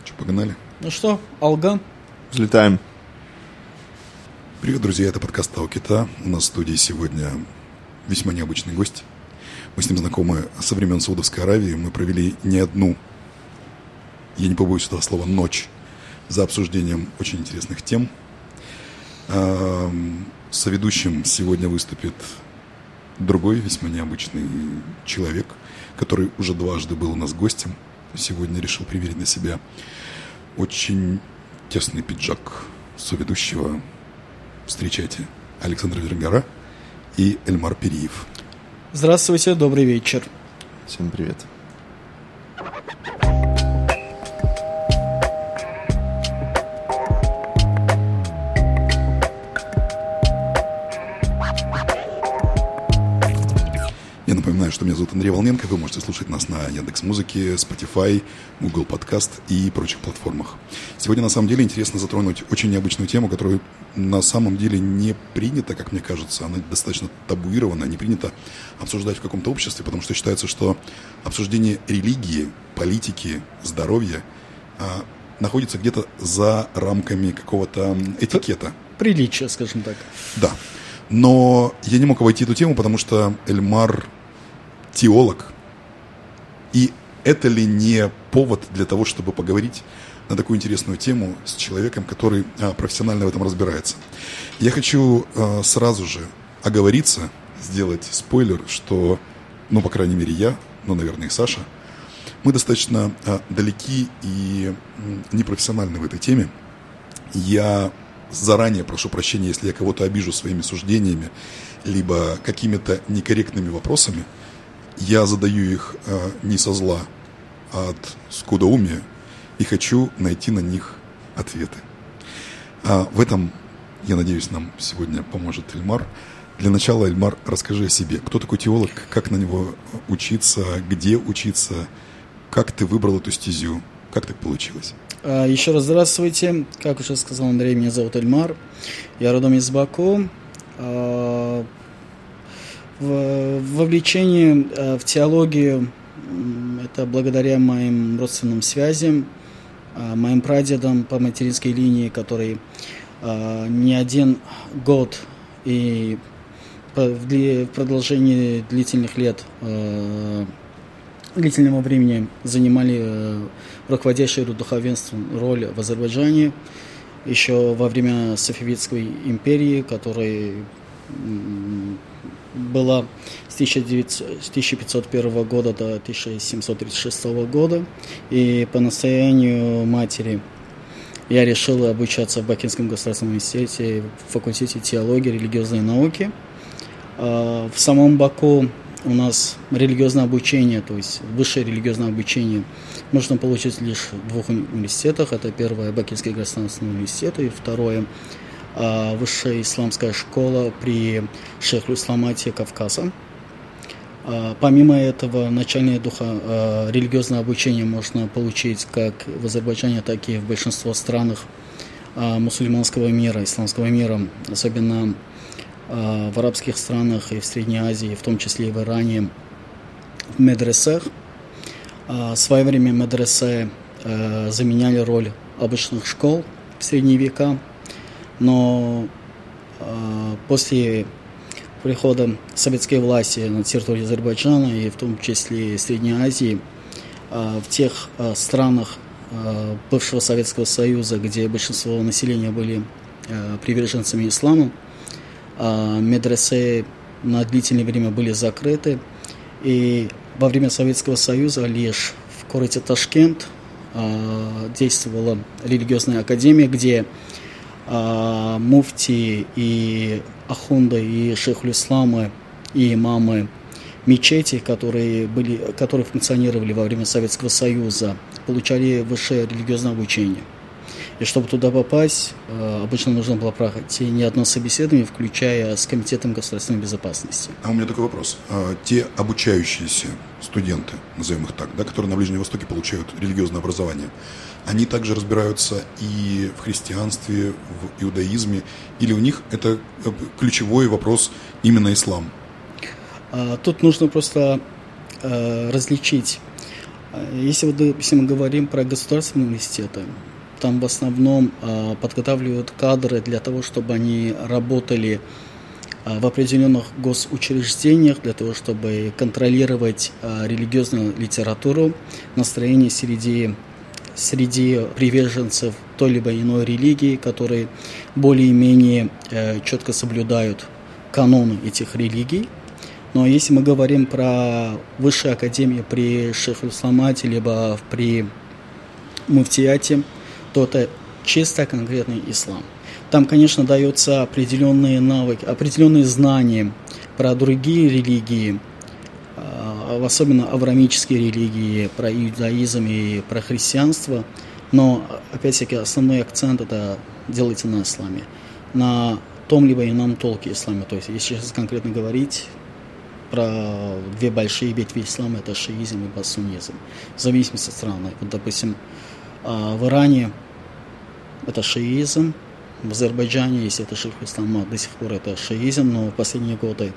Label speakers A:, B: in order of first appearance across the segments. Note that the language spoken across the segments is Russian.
A: Погнали.
B: Ну что, Алган?
C: Взлетаем.
A: Привет, друзья, это подкаст «Тау Кита». У нас в студии сегодня весьма необычный гость. Мы с ним знакомы со времен Саудовской Аравии. Мы провели не одну, я не побоюсь этого слова, ночь за обсуждением очень интересных тем. Соведущим сегодня выступит другой весьма необычный человек, который уже дважды был у нас гостем. Сегодня решил примерить на себя очень тесный пиджак соведущего. Встречайте Александр Вергара и Эльмар Периев.
B: Здравствуйте, добрый вечер.
C: Всем привет.
A: Я напоминаю, что меня зовут Андрей Волненко. Вы можете слушать нас на Яндекс.Музыке, Spotify, Google Podcast и прочих платформах. Сегодня, на самом деле, интересно затронуть очень необычную тему, которую на самом деле не принято, как мне кажется, она достаточно табуирована, не принято обсуждать в каком-то обществе, потому что считается, что обсуждение религии, политики, здоровья находится где-то за рамками какого-то этикета.
B: Приличие, скажем так.
A: Да. Но я не мог обойти эту тему, потому что Эльмар теолог. И это ли не повод для того, чтобы поговорить на такую интересную тему с человеком, который профессионально в этом разбирается? Я хочу сразу же оговориться, сделать спойлер, что, ну, по крайней мере, я, ну, наверное, и Саша, мы достаточно далеки и непрофессиональны в этой теме. Я заранее прошу прощения, если я кого-то обижу своими суждениями, либо какими-то некорректными вопросами. Я задаю их не со зла, а от скудоумия, и хочу найти на них ответы. В этом, я надеюсь, нам сегодня поможет Эльмар. Для начала, Эльмар, расскажи о себе. Кто такой теолог, как на него учиться, где учиться, как ты выбрал эту стезю, как так получилось?
B: Еще раз здравствуйте. Как уже сказал Андрей, меня зовут Эльмар. Я родом из Баку. Вовлечение в теологию – это благодаря моим родственным связям, моим прадедам по материнской линии, который не один год и в продолжении длительного времени занимали руководящую духовенством роль в Азербайджане, еще во время Сафавидской империи, которая была с 1501 года до 1736 года. И по настоянию матери я решил обучаться в Бакинском государственном университете, в факультете теологии и религиозной науки. В самом Баку у нас религиозное обучение, то есть высшее религиозное обучение, можно получить лишь в двух университетах. Это первое — Бакинский государственный университет, и второе — высшая исламская школа при Шейх-ул-Исламате Кавказа. Помимо этого, начальное религиозное обучение можно получить как в Азербайджане, так и в большинстве странах мусульманского мира, исламского мира, особенно в арабских странах и в Средней Азии, в том числе и в Иране, в медресах. В свое время медресе заменяли роль обычных школ в средние века, но после прихода советской власти на территорию Азербайджана и в том числе Средней Азии, в тех странах бывшего Советского Союза, где большинство населения были приверженцами ислама, медресе на длительное время были закрыты, и во время Советского Союза лишь в городе Ташкент действовала религиозная академия, где муфти и ахунды, и шейхуль-исламы, и имамы мечети, которые функционировали во время Советского Союза, получали высшее религиозное обучение. И чтобы туда попасть, обычно нужно было пройти не одно собеседование, включая с Комитетом государственной безопасности.
A: А у меня такой вопрос. Те обучающиеся студенты, назовем их так, да, которые на Ближнем Востоке получают религиозное образование, они также разбираются и в христианстве, в иудаизме, или у них это ключевой вопрос именно ислам?
B: Тут нужно просто различить Если мы говорим про государственные университеты, там в основном подготавливают кадры для того, чтобы они работали в определенных госучреждениях, для того, чтобы контролировать религиозную литературу, настроение среди приверженцев той либо иной религии, которые более-менее четко соблюдают каноны этих религий. Но если мы говорим про высшие академии при Шейх-уль-Исламате либо при муфтияте, то это чисто конкретный ислам. Там, конечно, даются определенные навыки, определенные знания про другие религии, особенно авраамические религии, про иудаизм и про христианство. Но, опять-таки, основной акцент это делается на исламе, на том либо ином толке ислама. То есть, если сейчас конкретно говорить про две большие ветви ислама, это шиизм и суннизм, в зависимости от страны. Вот, допустим, в Иране это шиизм, в Азербайджане, если это Шейх-уль-Ислам, до сих пор это шиизм, но в последние годы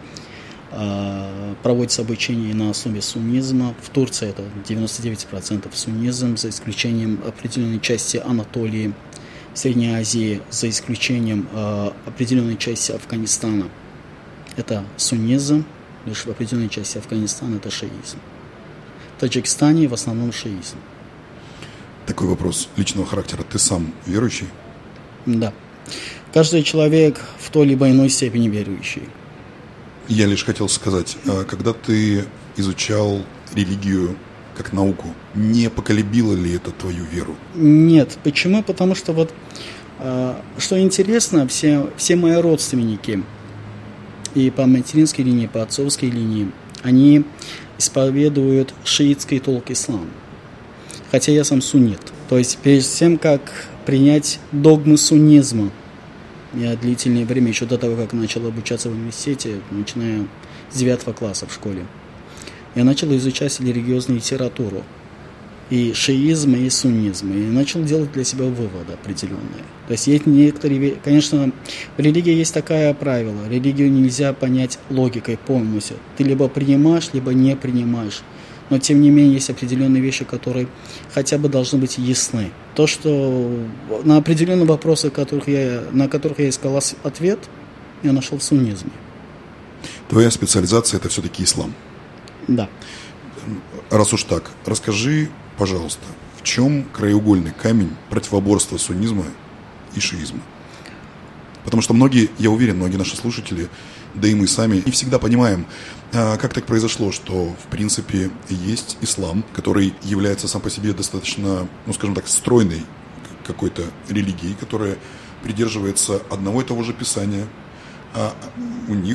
B: проводится обучение на основе суннизма. В Турции это 99% суннизм, за исключением определенной части Анатолии, Средней Азии, за исключением определенной части Афганистана. Это суннизм, лишь в определенной части Афганистана это шиизм. В Таджикистане в основном шиизм.
A: Такой вопрос личного характера. Ты сам верующий?
B: Да. Каждый человек в той либо иной степени верующий.
A: Я лишь хотел сказать, когда ты изучал религию как науку, не поколебило ли это твою веру?
B: Нет. Почему? Потому что что интересно, все мои родственники и по материнской линии, и по отцовской линии, они исповедуют шиитский толк ислам. Хотя я сам суннит. То есть перед тем, как принять догмы суннизма, я длительное время, еще до того, как начал обучаться в университете, начиная с 9 класса в школе, я начал изучать религиозную литературу, и шиизм, и суннизм, и начал делать для себя выводы определенные. То есть есть некоторые, конечно, в религии есть такое правило, религию нельзя понять логикой полностью. Ты либо принимаешь, либо не принимаешь. Но, тем не менее, есть определенные вещи, которые хотя бы должны быть ясны. То, что на определенные вопросы, на которых я искал ответ, я нашел в суннизме.
A: Твоя специализация – это все-таки ислам?
B: Да.
A: Раз уж так, расскажи, пожалуйста, в чем краеугольный камень противоборства суннизма и шиизма? Потому что многие наши слушатели, да и мы сами, не всегда понимаем, как так произошло, что, в принципе, есть ислам, который является сам по себе достаточно, стройной какой-то религией, которая придерживается одного и того же писания, а у них,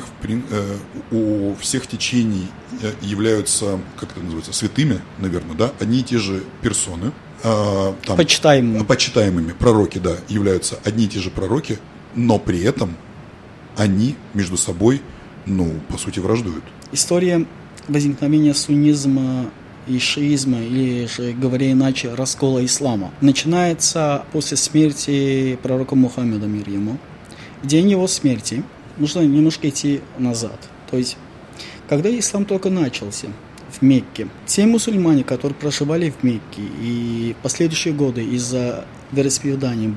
A: у всех течений являются, как это называется, святыми, наверное, да, одни и те же персоны. Почитаемыми пророки, да, являются одни и те же пророки, но при этом они между собой, по сути, враждуют.
B: История возникновения суннизма и шиизма, или же, говоря иначе, раскола ислама, начинается после смерти пророка Мухаммеда, мир ему. В день его смерти нужно немножко идти назад. То есть, когда ислам только начался в Мекке, те мусульмане, которые проживали в Мекке и последующие годы из-за вероисповедания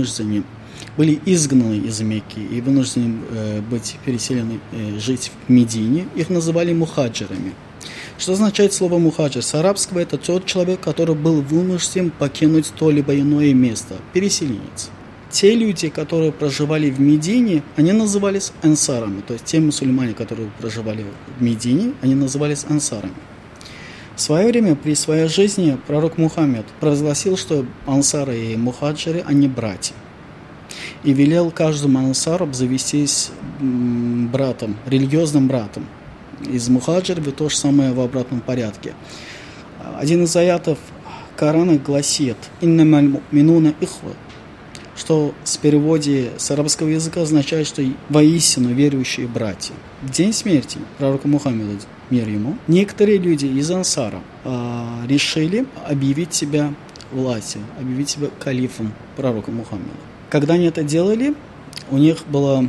B: были изгнаны из Мекки и вынуждены быть переселены жить в Медине, их называли мухаджирами. Что означает слово мухаджир? С арабского это тот человек, который был вынужден покинуть то либо иное место, переселенец. Те люди, которые проживали в Медине, они назывались ансарами, то есть те мусульмане, которые проживали в Медине, они назывались ансарами. В свое время, при своей жизни, пророк Мухаммед провозгласил, что ансары и мухаджиры, они братья. И велел каждому ансару обзавестись братом, религиозным братом. Из мухаджиров то же самое в обратном порядке. Один из аятов Корана гласит «Иннамаль му'минуна ихва», что в переводе с арабского языка означает, что воистину верующие братья. В день смерти пророка Мухаммеда, мир ему, некоторые люди из ансара решили объявить себя властью, объявить себя калифом пророка Мухаммеда. Когда они это делали, у них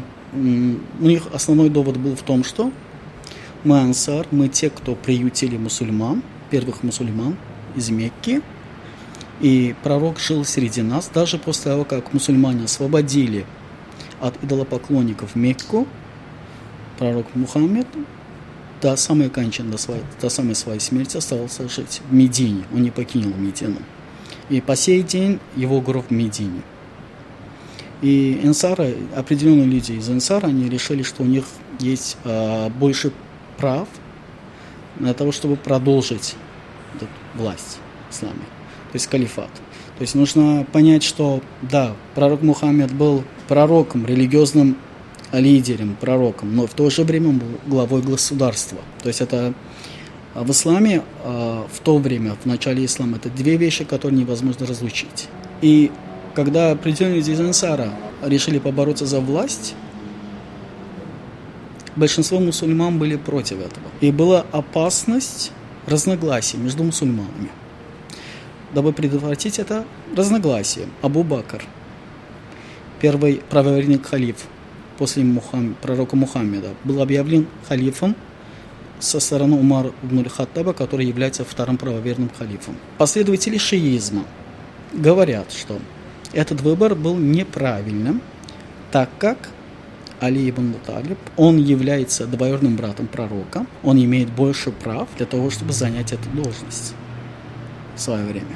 B: основной довод был в том, что мы ансар, мы те, кто приютили мусульман, первых мусульман, из Мекки, и пророк жил среди нас. Даже после того, как мусульмане освободили от идолопоклонников Мекку, пророк Мухаммед до самой кончины, до самой своей смерти оставался жить в Медине. Он не покинул Медину. И по сей день его гроб в Медине. И ансары, определенные люди из ансара, они решили, что у них есть больше прав для того, чтобы продолжить власть в исламе, то есть калифат. То есть нужно понять, что да, пророк Мухаммед был пророком, религиозным лидером, пророком, но в то же время он был главой государства. То есть это в исламе в то время, в начале ислама, это две вещи, которые невозможно разлучить. И когда определенные из ансара решили побороться за власть, большинство мусульман были против этого. И была опасность разногласий между мусульманами. Дабы предотвратить это разногласие, Абу Бакр, первый правоверный халиф после пророка Мухаммеда, был объявлен халифом со стороны Умара ибн аль-Хаттаба, который является вторым правоверным халифом. Последователи шиизма говорят, что этот выбор был неправильным, так как Али ибн Талиб, он является двоюродным братом пророка, он имеет больше прав для того, чтобы занять эту должность в свое время.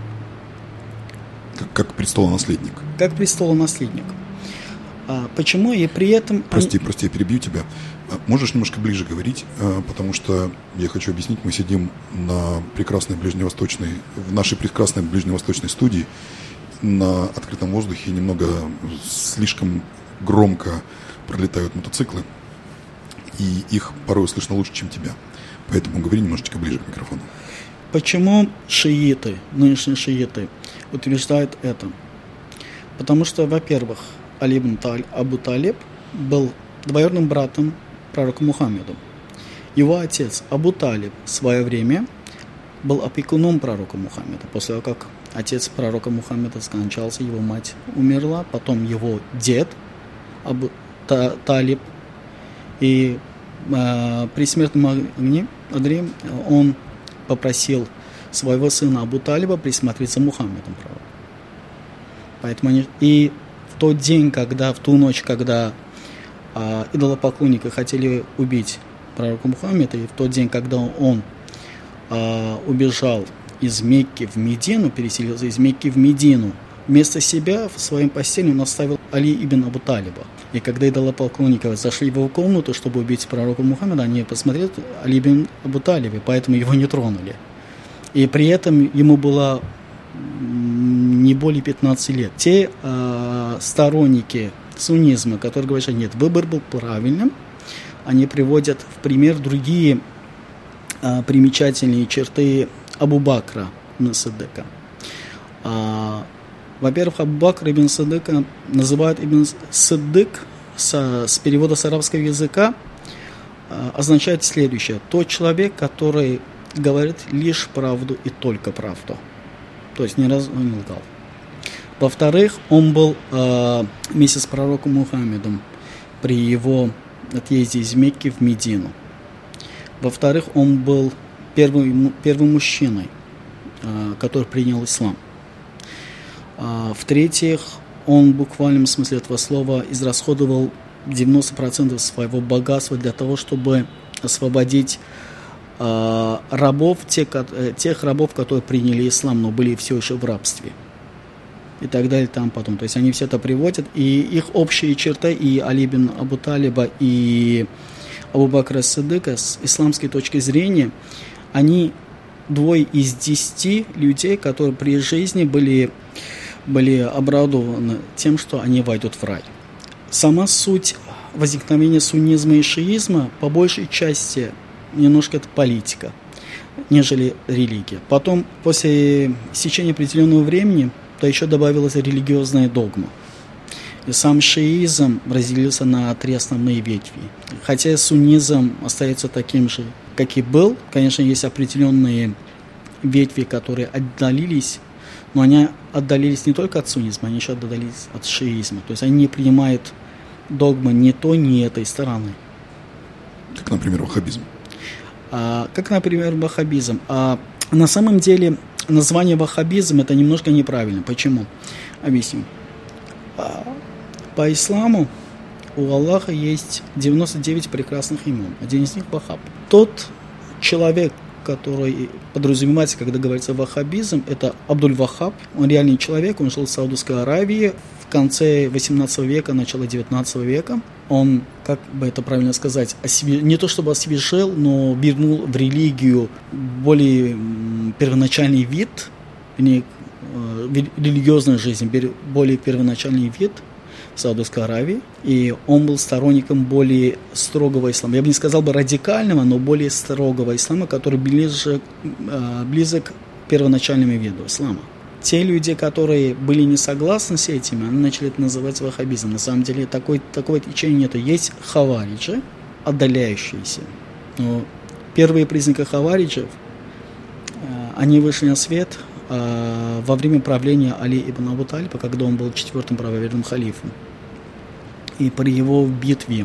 A: Как престолонаследник.
B: Как престолонаследник. Почему и при этом...
A: Прости, я перебью тебя. Можешь немножко ближе говорить, потому что я хочу объяснить, мы сидим в нашей прекрасной ближневосточной студии на открытом воздухе, немного слишком громко пролетают мотоциклы, и их порой слышно лучше, чем тебя. Поэтому говори немножечко ближе к микрофону.
B: Почему шииты, нынешние шииты, утверждают это? Потому что, во-первых, Али ибн Абу Талиб был двоюродным братом пророка Мухаммеда. Его отец Абу Талиб в свое время был опекуном пророка Мухаммеда. После того, как отец пророка Мухаммеда скончался, его мать умерла, потом его дед Абу Талиб. И при смертном огне он попросил своего сына Абу Талиба присмотреть за Мухаммедом. Поэтому и в ту ночь, когда идолопоклонники хотели убить пророка Мухаммеда, и в тот день, когда он убежал из Мекки в Медину, переселился из Мекки в Медину, вместо себя в своем постели он оставил Али ибн Абу Талиба. И когда идолопоклонники зашли в его комнату, чтобы убить пророка Мухаммеда, они посмотрели Али ибн Абу Талиба, поэтому его не тронули. И при этом ему было не более 15 лет. Те сторонники суннизма, которые говорят, что нет, выбор был правильным, они приводят в пример другие примечательные черты Абу Бакра ибн Сиддика. Во-первых, Абу Бакр ибн Сиддика называют ибн Сиддик с перевода с арабского языка означает следующее: тот человек, который говорит лишь правду и только правду, то есть ни разу не лгал. Во-вторых, он был вместе с пророком Мухаммедом при его отъезде из Мекки в Медину. Во-вторых, он был первым мужчиной, который принял ислам. В-третьих, он в буквальном смысле этого слова израсходовал 90% своего богатства для того, чтобы освободить рабов, тех рабов, которые приняли ислам, но были все еще в рабстве. И так далее, там потом. То есть они все это приводят, и их общие черты, и Али ибн Абу Талиба, и Абу Бакра Сиддика, с исламской точки зрения, они 2 из 10 людей, которые при жизни были обрадованы тем, что они войдут в рай. Сама суть возникновения суннизма и шиизма по большей части немножко это политика, нежели религия. Потом, после истечения определенного времени, то еще добавилась религиозная догма. И сам шиизм разделился на 3 основные ветви. Хотя суннизм остается таким же, как и был. Конечно, есть определенные ветви, которые отдалились, но они отдалились не только от суннизма, они еще отдалились от шиизма. То есть они не принимают догмы ни той, ни этой стороны.
A: Как, например, ваххабизм.
B: Как, например, ваххабизм. На самом деле название ваххабизм это немножко неправильно. Почему? Объясню. По исламу у Аллаха есть 99 прекрасных имен. Один из них Ваххаб. Тот человек, который подразумевается, когда говорится ваххабизм, это Абдуль-Ваххаб. Он реальный человек, он жил в Саудовской Аравии в конце 18 века, начало 19 века. Он, как бы это правильно сказать, не то чтобы освежил, но вернул в религию более первоначальный вид, религиозной жизни, более первоначальный вид в Саудовской Аравии. И он был сторонником более строгого ислама. Я бы не сказал бы радикального, но более строгого ислама, который близок к первоначальному виду ислама. Те люди, которые были не согласны с этим, они начали это называть ваххабизмом. На самом деле такого течения нет. Есть хавариджи, отдаляющиеся. Но первые признаки хавариджев, они вышли на свет во время правления Али ибн Абу Талиба, когда он был четвертым правоверным халифом. И при его битве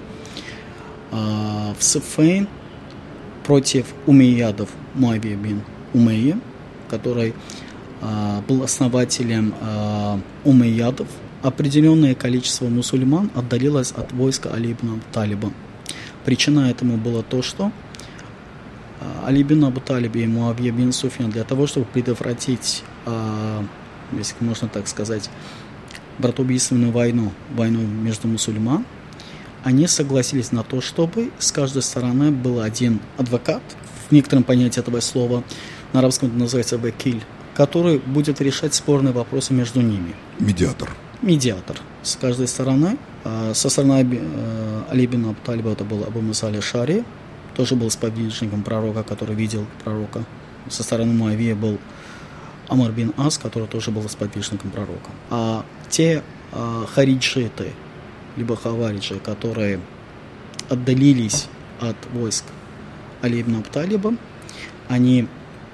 B: в Сиффейн против умейядов Муавия бин Умейя, который был основателем умейядов, определенное количество мусульман отдалилось от войска Али ибн Абу Талиба. Причина этому было то, что Али ибн Абу Талиб и Муавия бин Суфьян для того, чтобы предотвратить, если можно так сказать, братоубийственную войну между мусульман, они согласились на то, чтобы с каждой стороны был один адвокат, в некотором понятии этого слова, на арабском это называется вакиль, который будет решать спорные вопросы между ними. Медиатор. С каждой стороны. Со стороны Али ибн Абу Талиба это был Абу Муса аль-Ашари, тоже был сподвижником пророка, который видел пророка. Со стороны Муавия был Амар бин Ас, который тоже был сподвижником пророка. А те хариджиты, либо хавариджи, которые отдалились от войск Али ибн Абу Талиба, они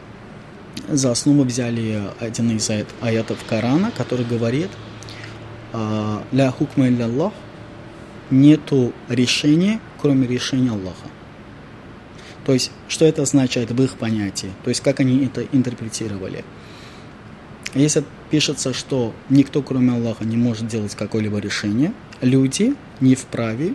B: за основу взяли один из аятов Корана, который говорит: «Ля хукма илля Аллах», нету решения, кроме решения Аллаха. То есть, что это означает в их понятии? То есть, как они это интерпретировали? Если пишется, что никто, кроме Аллаха, не может делать какое-либо решение, люди не вправе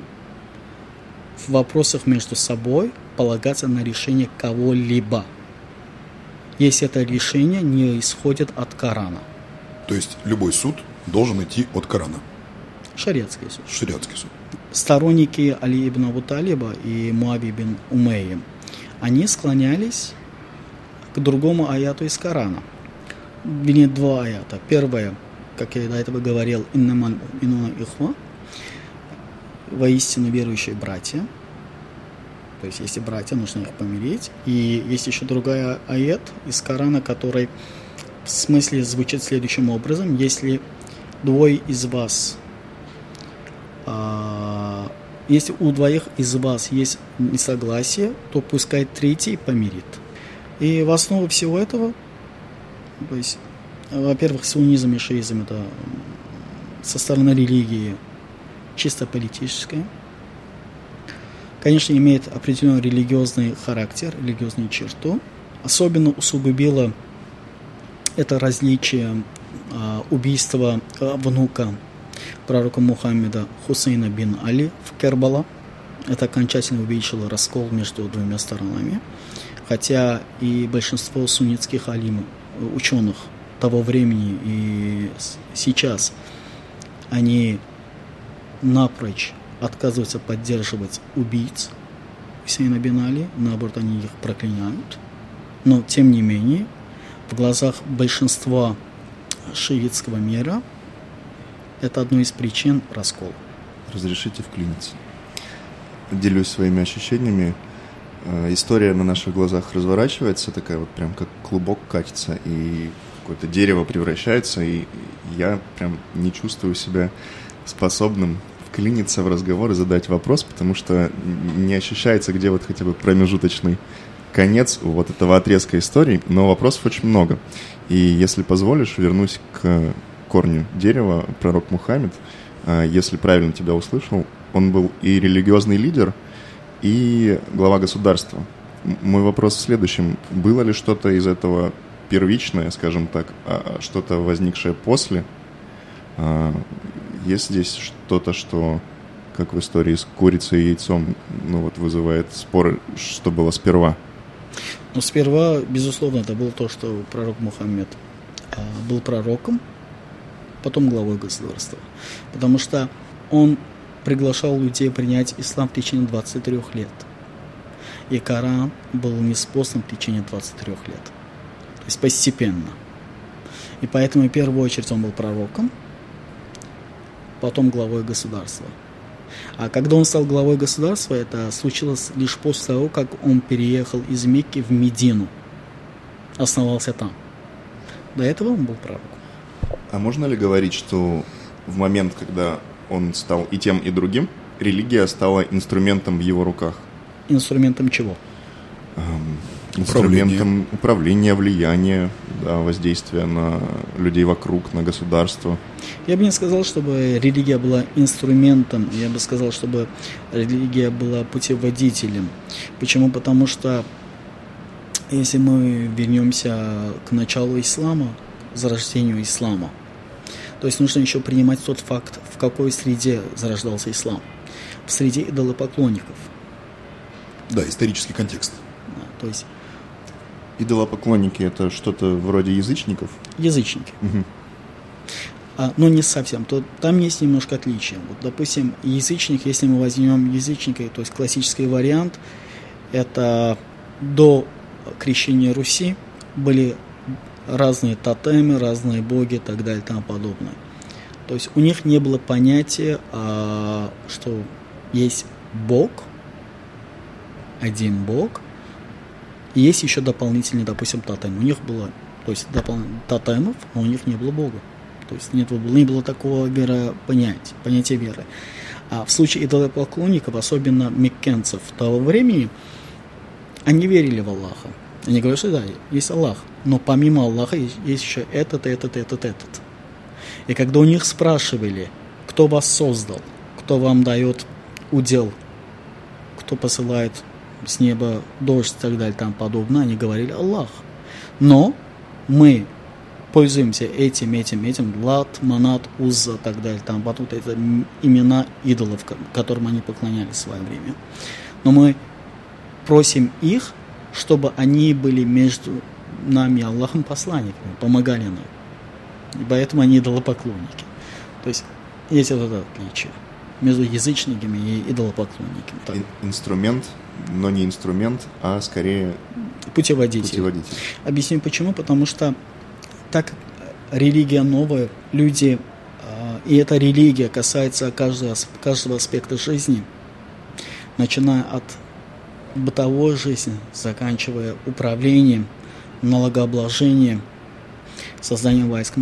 B: в вопросах между собой полагаться на решение кого-либо, если это решение не исходит от Корана.
A: То есть любой суд должен идти от Корана?
B: Шариатский суд. Сторонники Али ибн Абу Талиба и Муави бин Умейя, они склонялись к другому аяту из Корана. Два аята. Первое, как я до этого говорил, «Иннамаль му'минуна ихва», воистину верующие братья. То есть, если братья, нужно их помирить. И есть еще другая аят из Корана, который в смысле звучит следующим образом: если двое из вас, если у двоих из вас есть несогласие, то пускай третий помирит. И в основу всего этого, то есть, во-первых, суннизм и шиизм — это со стороны религии чисто политическое. Конечно, имеет определенный религиозный характер, религиозную черту. Особенно усугубило это различие убийства внука пророка Мухаммеда Хусейна бин Али в Кербала. Это окончательно увеличило раскол между двумя сторонами. Хотя и большинство суннитских алимов, ученых того времени и сейчас, они напрочь отказываются поддерживать убийц Хусейна бин Али, наоборот, они их проклинают. Но, тем не менее, в глазах большинства шиитского мира это одной из причин раскола.
C: Разрешите вклиниться. Делюсь своими ощущениями. История на наших глазах разворачивается, такая вот прям как клубок катится, и какое-то дерево превращается, и я прям не чувствую себя способным вклиниться в разговор и задать вопрос, потому что не ощущается, где вот хотя бы промежуточный конец у вот этого отрезка истории, но вопросов очень много. И если позволишь, вернусь к корню дерева. Пророк Мухаммед, если правильно тебя услышал, он был и религиозный лидер, и глава государства. Мой вопрос в следующем. Было ли что-то из этого первичное, скажем так, а что-то возникшее после? Есть здесь что-то, что, как в истории с курицей и яйцом, вызывает споры, что было сперва?
B: Сперва, безусловно, это было то, что пророк Мухаммед был пророком, потом главой государства. Потому что он приглашал людей принять ислам в течение 23 лет. И Коран был ниспослан в течение 23 лет. То есть постепенно. И поэтому в первую очередь он был пророком, потом главой государства. А когда он стал главой государства, это случилось лишь после того, как он переехал из Мекки в Медину. Основался там. До этого он был пророком.
C: А можно ли говорить, что в момент, когда он стал и тем, и другим, религия стала инструментом в его руках?
B: Инструментом чего?
C: Инструментом управления, влияния, воздействия на людей вокруг, на государство.
B: Я бы не сказал, чтобы религия была инструментом, я бы сказал, чтобы религия была путеводителем. Почему? Потому что если мы вернемся к началу ислама, зарождению ислама, то есть нужно еще принимать тот факт, в какой среде зарождался ислам. В среде идолопоклонников.
A: Да, исторический контекст.
B: Да, то есть
C: идолопоклонники — это что-то вроде язычников?
B: Язычники.
C: Угу.
B: Но не совсем. Там есть немножко отличия. Вот, допустим, язычник, если мы возьмем язычника, то есть классический вариант, это до крещения Руси были разные тотемы, разные боги и так далее и тому подобное. То есть у них не было понятия, что есть Бог, один Бог, и есть еще дополнительный, допустим, тотем. У них было, то есть тотемов, но у них не было Бога. То есть не было такого понятия веры. А в случае идолопоклонников, особенно меккенцев того времени, они верили в Аллаха. Они говорят, что да, есть Аллах, но помимо Аллаха есть еще этот. И когда у них спрашивали, кто вас создал, кто вам дает удел, кто посылает с неба дождь и так далее, там подобное, они говорили Аллах. Но мы пользуемся этим, Лат, Манат, Узза и так далее, там потом это имена идолов, которым они поклонялись в свое время. Но мы просим их, чтобы они были между нами и Аллахом посланниками, помогали нам. И поэтому они идолопоклонники. То есть есть вот это отличие между язычниками и идолопоклонниками. Так.
C: Инструмент, но не инструмент, а скорее
B: путеводитель. Объясню почему. Потому что так как религия новая, люди, и эта религия касается каждого аспекта жизни, начиная от бытовой жизни, заканчивая управлением, налогообложением, созданием войск,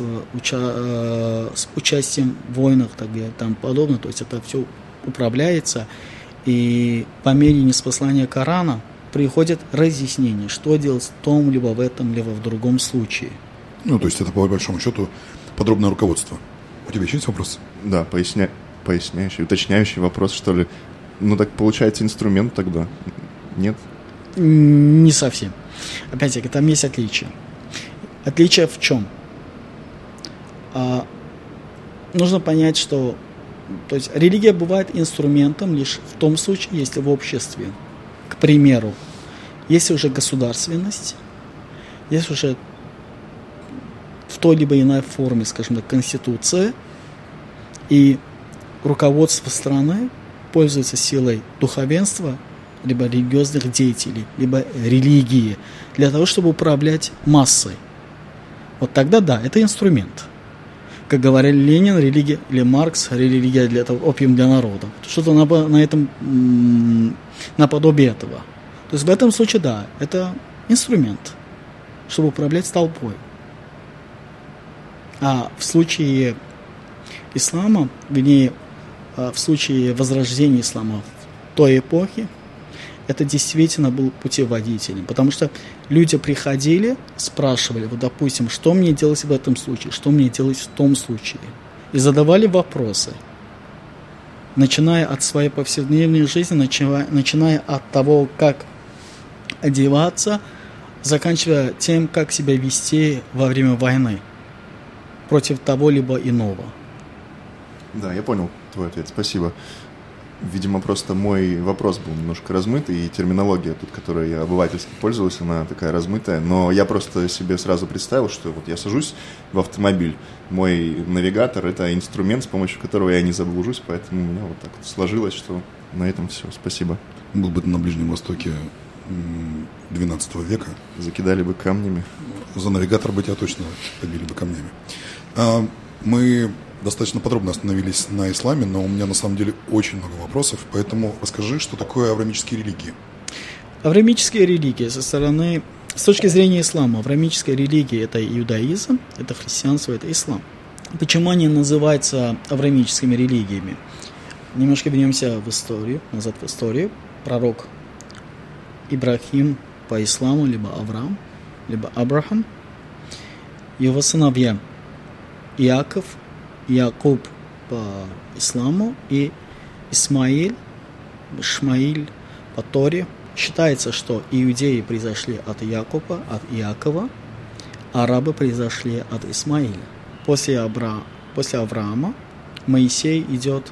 B: с участием в войнах и так далее, там подобное. То есть это все управляется, и по мере ниспослания Корана приходит разъяснение, что делать в том, либо в этом, либо в другом случае.
A: То есть это, по большому счету, подробное руководство. У тебя еще есть вопрос?
C: Да, поясняющий, уточняющий вопрос, что ли. Так получается инструмент тогда? Нет?
B: Не совсем. Опять-таки, там есть отличие. Отличие в чем? Нужно понять, что то есть религия бывает инструментом лишь в том случае, если в обществе, к примеру, есть уже государственность, есть уже в той либо иной форме, скажем так, конституция, и руководство страны пользуется силой духовенства, либо религиозных деятелей, либо религии, для того, чтобы управлять массой. Вот тогда да, это инструмент. Как говорили Ленин, религия, или Маркс, религия для этого, опиум для народа. Что-то на этом, наподобие этого. То есть в этом случае да, это инструмент, чтобы управлять толпой. А в случае ислама, вернее, в случае возрождения ислама в той эпохе, это действительно был путеводителем, потому что люди приходили, спрашивали, вот, допустим, что мне делать в этом случае, что мне делать в том случае, и задавали вопросы, начиная от своей повседневной жизни, начиная от того, как одеваться, заканчивая тем, как себя вести во время войны против того либо иного.
C: Да, я понял твой ответ, спасибо. Видимо, просто мой вопрос был немножко размытый, и терминология тут, которой я обывательски пользовался, она такая размытая, но я просто себе сразу представил, что вот я сажусь в автомобиль, мой навигатор — это инструмент, с помощью которого я не заблужусь, поэтому у меня вот так вот сложилось, что на этом все, спасибо.
A: Был бы на Ближнем Востоке XII века.
C: Закидали бы камнями.
A: За навигатор бы тебя точно побили бы камнями. Мы достаточно подробно остановились на исламе, но у меня на самом деле очень много вопросов, поэтому расскажи, что такое авраамические религии.
B: Авраамические религии с точки зрения ислама, авраамическая религия — это иудаизм, это христианство, это ислам. Почему они называются авраамическими религиями? Немножко вернемся назад в историю. Пророк Ибрахим по исламу, либо Авраам, либо Абрахам, его сыновья Иаков, Якуб по исламу и Ишмаиль по Торе. Считается, что иудеи произошли от Якуба, от Иакова, арабы произошли от Исмаиля. После Авраама Моисей идет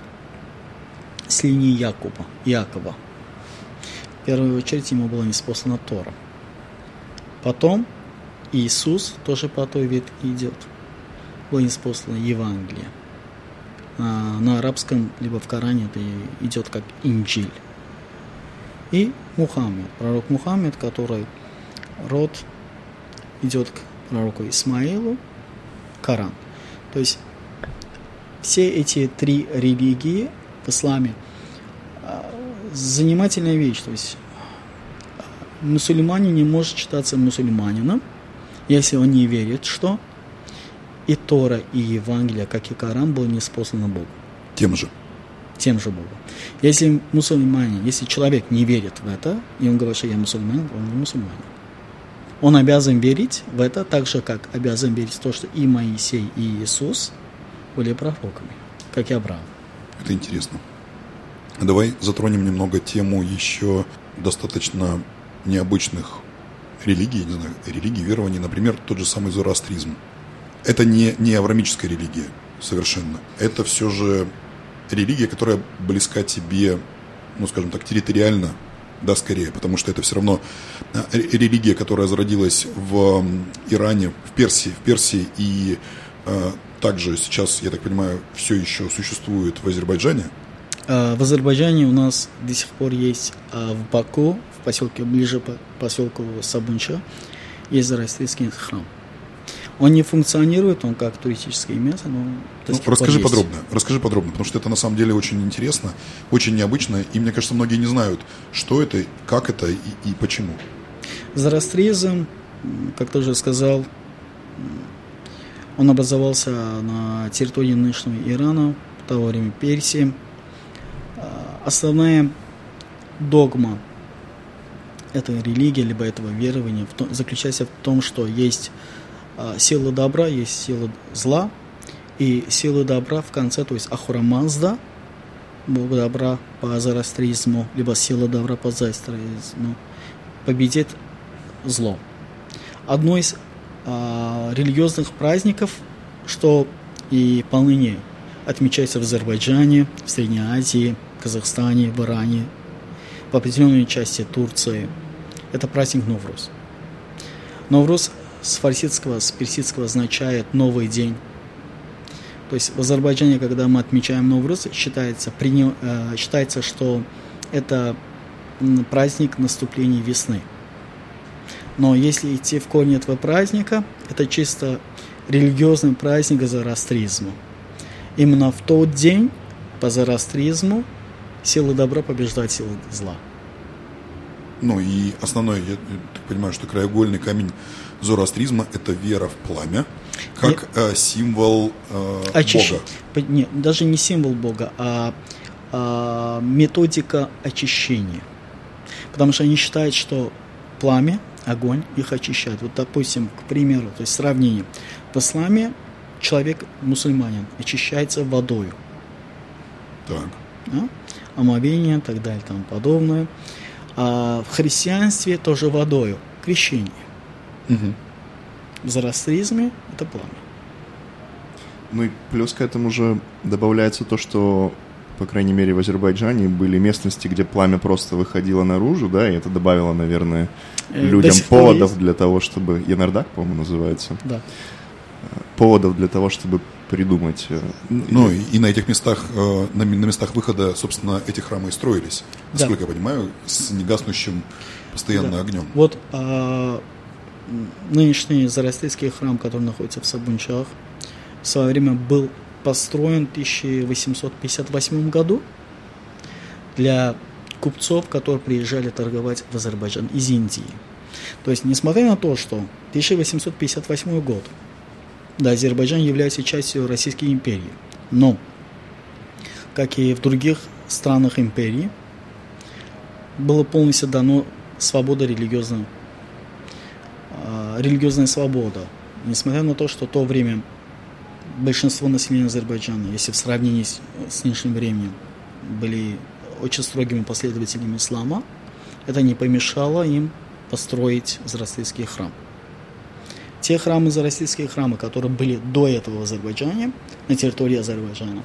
B: с линии Иакова. В первую очередь ему была ниспослана Тора. Потом Иисус тоже по той ветке идет. Было ниспослано Евангелие. На арабском, либо в Коране это идет как Инджиль. И Мухаммед, пророк Мухаммед, который род идет к пророку Исмаилу, Коран. То есть все эти три религии в исламе занимательная вещь. То есть мусульманин не может считаться мусульманином, если он не верит, что и Тора, и Евангелие, как и Коран, было ниспослано Богу.
A: Тем же
B: Богу. Если человек не верит в это, и он говорит, что я мусульманин, он не мусульманин. Он обязан верить в это, так же, как обязан верить в то, что и Моисей, и Иисус были пророками, как и Авраам.
A: Это интересно. Давай затронем немного тему еще достаточно необычных религий, религий, верований, например, тот же самый зороастризм. Это не авраамическая религия совершенно. Это все же религия, которая близка тебе, скажем так, территориально, да, скорее, потому что это все равно религия, которая зародилась в Иране, в Персии и также сейчас, я так понимаю, все еще существует в Азербайджане.
B: В Азербайджане у нас до сих пор есть в Баку, в поселке, ближе к поселку Сабунча, есть зороастрийский храм. Он не функционирует, он как туристическое место, но...
A: Расскажи подробно, потому что это на самом деле очень интересно, очень необычно, и мне кажется, многие не знают, что это, как это и почему.
B: Зороастризм, как ты уже сказал, он образовался на территории нынешнего Ирана, в то время Персии. Основная догма этой религии, либо этого верования заключается в том, что есть сила добра, есть сила зла, и сила добра в конце, то есть Ахура Мазда, Бог добра по зороастризму, либо сила добра по зороастризму, победит зло. Одно из религиозных праздников, что и поныне отмечается в Азербайджане, в Средней Азии, в Казахстане, в Иране, в определенной части Турции, это праздник Новруз. Новруз с фарсидского, с персидского означает «новый день». То есть в Азербайджане, когда мы отмечаем Новруз, считается, что это праздник наступления весны. Но если идти в корень этого праздника, это чисто религиозный праздник зороастризма. Именно в тот день по зороастризму сила добра побеждает силу зла.
A: И основной, я так понимаю, что краеугольный камень зороастризма – это вера в пламя, как символ Бога.
B: Нет, даже не символ Бога, а методика очищения. Потому что они считают, что пламя, огонь их очищает. Вот, допустим, к примеру, то есть сравнение. В исламе человек, мусульманин, очищается водою.
A: Так.
B: Да? Омовение и так далее, тому подобное. А в христианстве тоже водою, крещение. В зороастризме это пламя.
C: Ну и плюс к этому же добавляется то, что, по крайней мере, в Азербайджане были местности, где пламя просто выходило наружу, да, и это добавило, наверное, людям поводов для того, чтобы... Янардак, по-моему, называется.
B: Да.
C: Поводов для того, чтобы придумать...
A: Ну, и на этих местах, на местах выхода, собственно, эти храмы и строились, насколько я понимаю, с негаснущим постоянно огнем.
B: Вот нынешний зороастрийский храм, который находится в Сабунчах, в свое время был построен в 1858 году для купцов, которые приезжали торговать в Азербайджан из Индии. То есть, несмотря на то, что 1858 год, да, Азербайджан является частью Российской империи, но, как и в других странах империи, было полностью дано свобода религиозная свобода. Несмотря на то, что в то время большинство населения Азербайджана, если в сравнении с нынешним временем, были очень строгими последователями ислама, это не помешало им построить зороастрийский храм. Те зороастрийские храмы, которые были до этого в Азербайджане, на территории Азербайджана,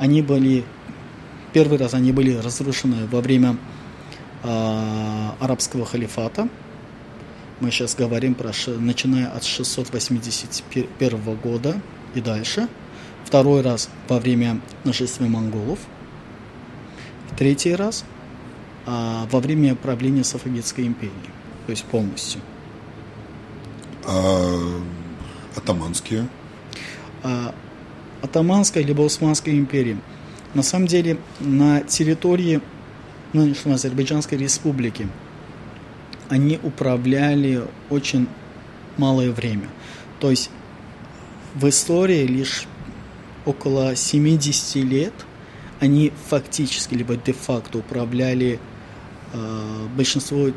B: первый раз они были разрушены во время арабского халифата. Мы сейчас говорим начиная от 681 года и дальше. Второй раз во время нашествия монголов. Третий раз во время правления Сафавидской империи. То есть полностью.
A: А атаманские?
B: Атаманская либо Османская империя. На самом деле на территории нынешней Азербайджанской республики они управляли очень малое время. То есть в истории лишь около 70 лет они фактически либо де-факто управляли большинство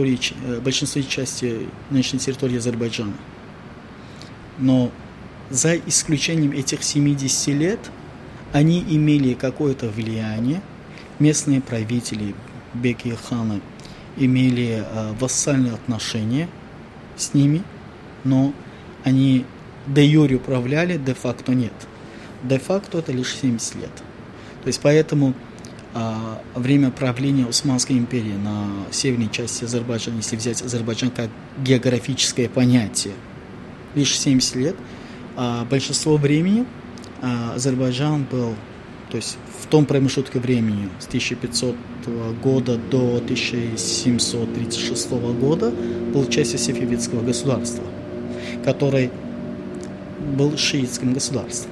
B: части нынешней территории Азербайджана. Но за исключением этих 70 лет они имели какое-то влияние. Местные правители, беки и ханы, имели вассальные отношения с ними, но они де-юре управляли, де-факто нет. Де-факто это лишь 70 лет. То есть поэтому время правления Османской империи на северной части Азербайджана, если взять Азербайджан как географическое понятие, лишь 70 лет, большинство времени Азербайджан был, то есть в том промежутке времени с 1500 года до 1736 года был частью Сефевидского государства, который был шиитским государством.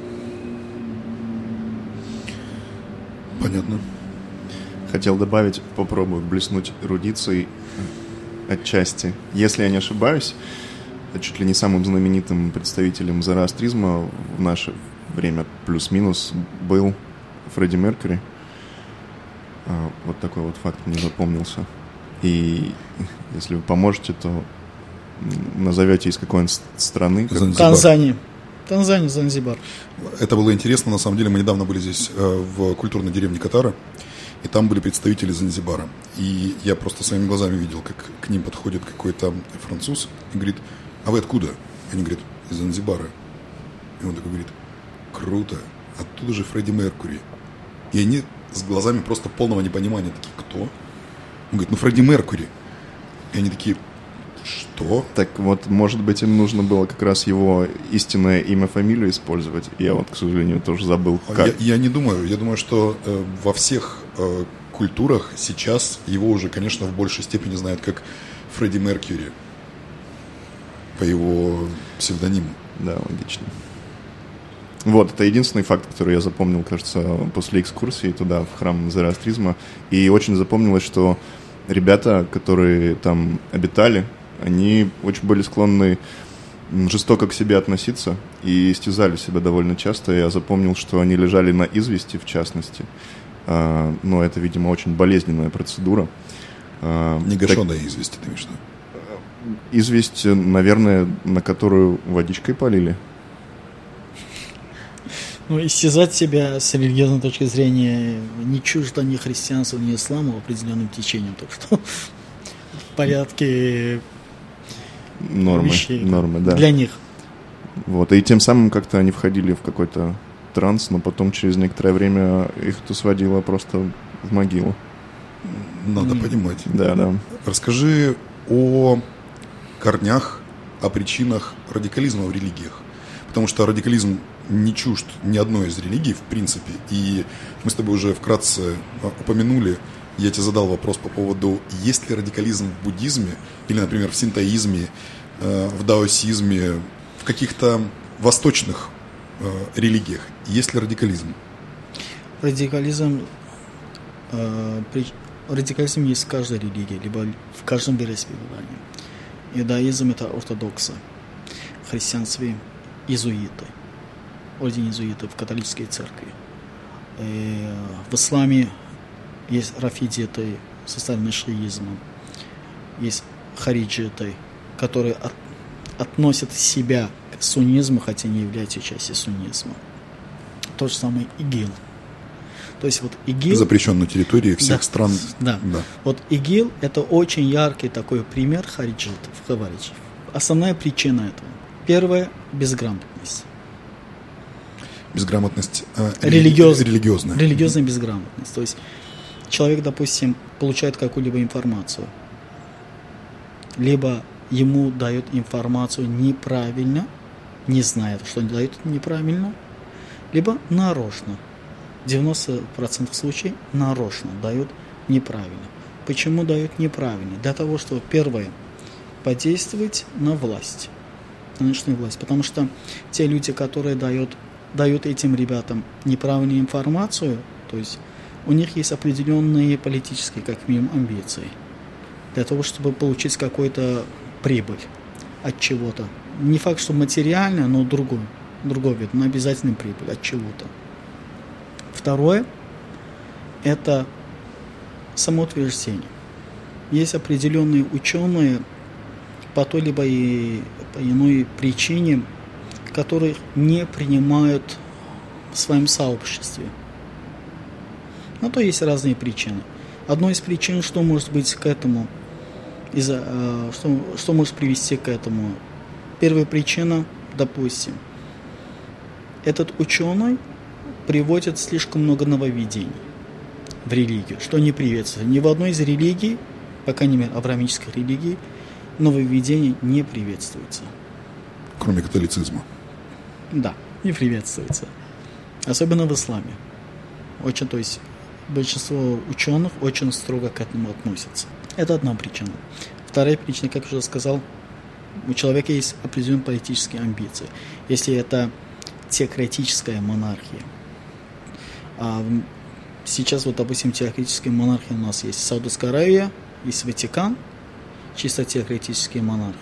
A: Понятно.
C: Хотел добавить, попробую блеснуть эрудицией отчасти. Если я не ошибаюсь, чуть ли не самым знаменитым представителем зороастризма в наше время плюс-минус был Фредди Меркьюри. Вот такой вот факт мне запомнился. И если вы поможете, то назовете из какой-нибудь страны.
B: Танзания, Занзибар.
A: Это было интересно. На самом деле мы недавно были здесь в культурной деревне Катара, и там были представители Занзибара. И я просто своими глазами видел, как к ним подходит какой-то француз и говорит: а вы откуда? Они говорят: из Занзибара. И он такой говорит: круто, оттуда же Фредди Меркьюри. И они с глазами просто полного непонимания такие: кто? Он говорит: ну Фредди Меркьюри. И они такие: что?
C: Так вот, может быть, им нужно было как раз его истинное имя, фамилию использовать. Я вот, к сожалению, тоже забыл, как.
A: Я не думаю. Я думаю, что во всех культурах сейчас его уже, конечно, в большей степени знают как Фредди Меркьюри по его псевдониму.
C: Да, логично. Вот, это единственный факт, который я запомнил, кажется, после экскурсии туда, в храм зороастризма. И очень запомнилось, что ребята, которые там обитали, они очень были склонны жестоко к себе относиться и истязали себя довольно часто. Я запомнил, что они лежали на извести, в частности. Но это, видимо, очень болезненная процедура.
A: Негашенная известь, ты имеешь в виду?
C: Известь, наверное, на которую водичкой полили.
B: Ну, истязать себя с религиозной точки зрения не чуждо ни христианству, ни исламу определенным течением. Так что порядке вещей.
C: Нормы, да.
B: Для них.
C: Вот, и тем самым как-то они входили в какой-то транс, но потом через некоторое время их это сводило просто в могилу.
A: Надо понимать.
C: Да.
A: Расскажи о корнях, о причинах радикализма в религиях. Потому что радикализм не чужд ни одной из религий, в принципе. И мы с тобой уже вкратце упомянули, я тебе задал вопрос по поводу, есть ли радикализм в буддизме, или, например, в синтоизме, в даосизме, в каких-то восточных религиях. Есть ли радикализм?
B: Радикализм есть в каждой религии, либо в каждом вероисповедании. Иудаизм – это ортодоксы, в христианстве – иезуиты, орден иезуитов в католической церкви. В исламе есть рафидиты, составленные шиизмом, есть хариджиты, которые относят себя к суннизму, хотя не являются частью суннизма. То же самое ИГИЛ. То есть вот ИГИЛ... Запрещен на территории всех стран. Да. Вот ИГИЛ – это очень яркий такой пример хариджитов, хавариджев. Основная причина этого. Первое – безграмотность.
A: Безграмотность
B: религиозная. Религиозная безграмотность. То есть человек, допустим, получает какую-либо информацию, либо ему дают информацию неправильно, не знает, что дают неправильно, либо нарочно. 90% случаев нарочно дают неправильно. Почему дают неправильно? Для того, чтобы, первое, подействовать на власть, на нынешнюю власть. Потому что те люди, которые дают этим ребятам неправильную информацию, то есть у них есть определенные политические, как минимум, амбиции. Для того, чтобы получить какую-то прибыль от чего-то. Не факт, что материальная, но другой вид, но обязательно прибыль от чего-то. Второе – это самоутверждение. Есть определенные ученые по той либо и по иной причине, которых не принимают в своем сообществе. На то есть разные причины. Одной из причин, что может быть к этому, что может привести к этому. Первая причина, допустим, этот ученый приводит слишком много нововведений в религию, что не приветствуется. Ни в одной из религий, по крайней мере, авраамической религии, нововведения не приветствуются.
A: Кроме католицизма.
B: Да, не приветствуется. Особенно в исламе. То есть большинство ученых очень строго к этому относятся. Это одна причина. Вторая причина, как я уже сказал, у человека есть определенные политические амбиции. Если это теократическая монархия. Сейчас, допустим, теократическая монархия у нас есть Саудовская Аравия, есть Ватикан, чисто теократические монархии.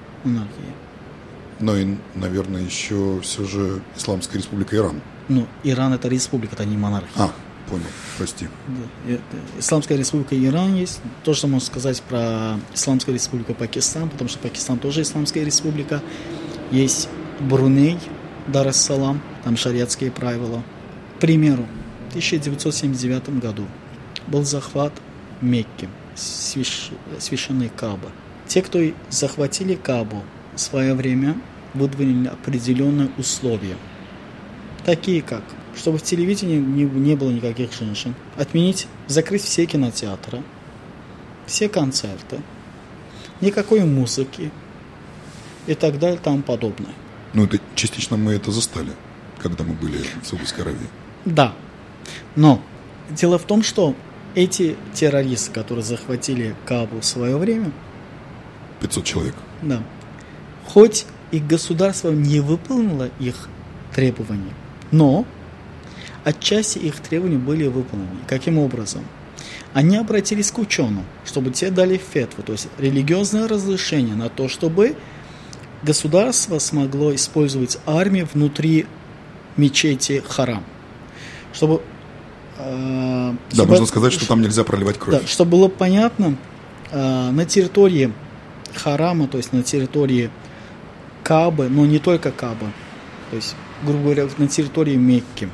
A: Но и, наверное, еще все же Исламская республика Иран.
B: Иран – это республика, это не монархия.
A: Понял, прости.
B: Да. Исламская республика Иран есть. То, что можно сказать про Исламскую республику Пакистан, потому что Пакистан тоже Исламская республика. Есть Бруней, Дар-эс-Салам, там шариатские правила. К примеру, в 1979 году был захват Мекки, священной Каабы. Те, кто захватили Каабу, в свое время выдвинули определенные условия, такие как, чтобы в телевидении не было никаких женщин, закрыть все кинотеатры, все концерты, никакой музыки и так далее и тому подобное.
A: Это частично мы это застали, когда мы были в Саудовской Аравии.
B: Да, но дело в том, что эти террористы, которые захватили Каабу в свое время,
A: 500 человек.
B: Да. Хоть и государство не выполнило их требования, но отчасти их требования были выполнены. Каким образом? Они обратились к ученым, чтобы те дали фетву, то есть религиозное разрешение на то, чтобы государство смогло использовать армию внутри мечети Харам. Чтобы
A: можно сказать, что там нельзя проливать кровь.
B: Да, чтобы было понятно, на территории Харама, то есть на территории Каабы, но не только Каабы, то есть, грубо говоря, на территории Мекки,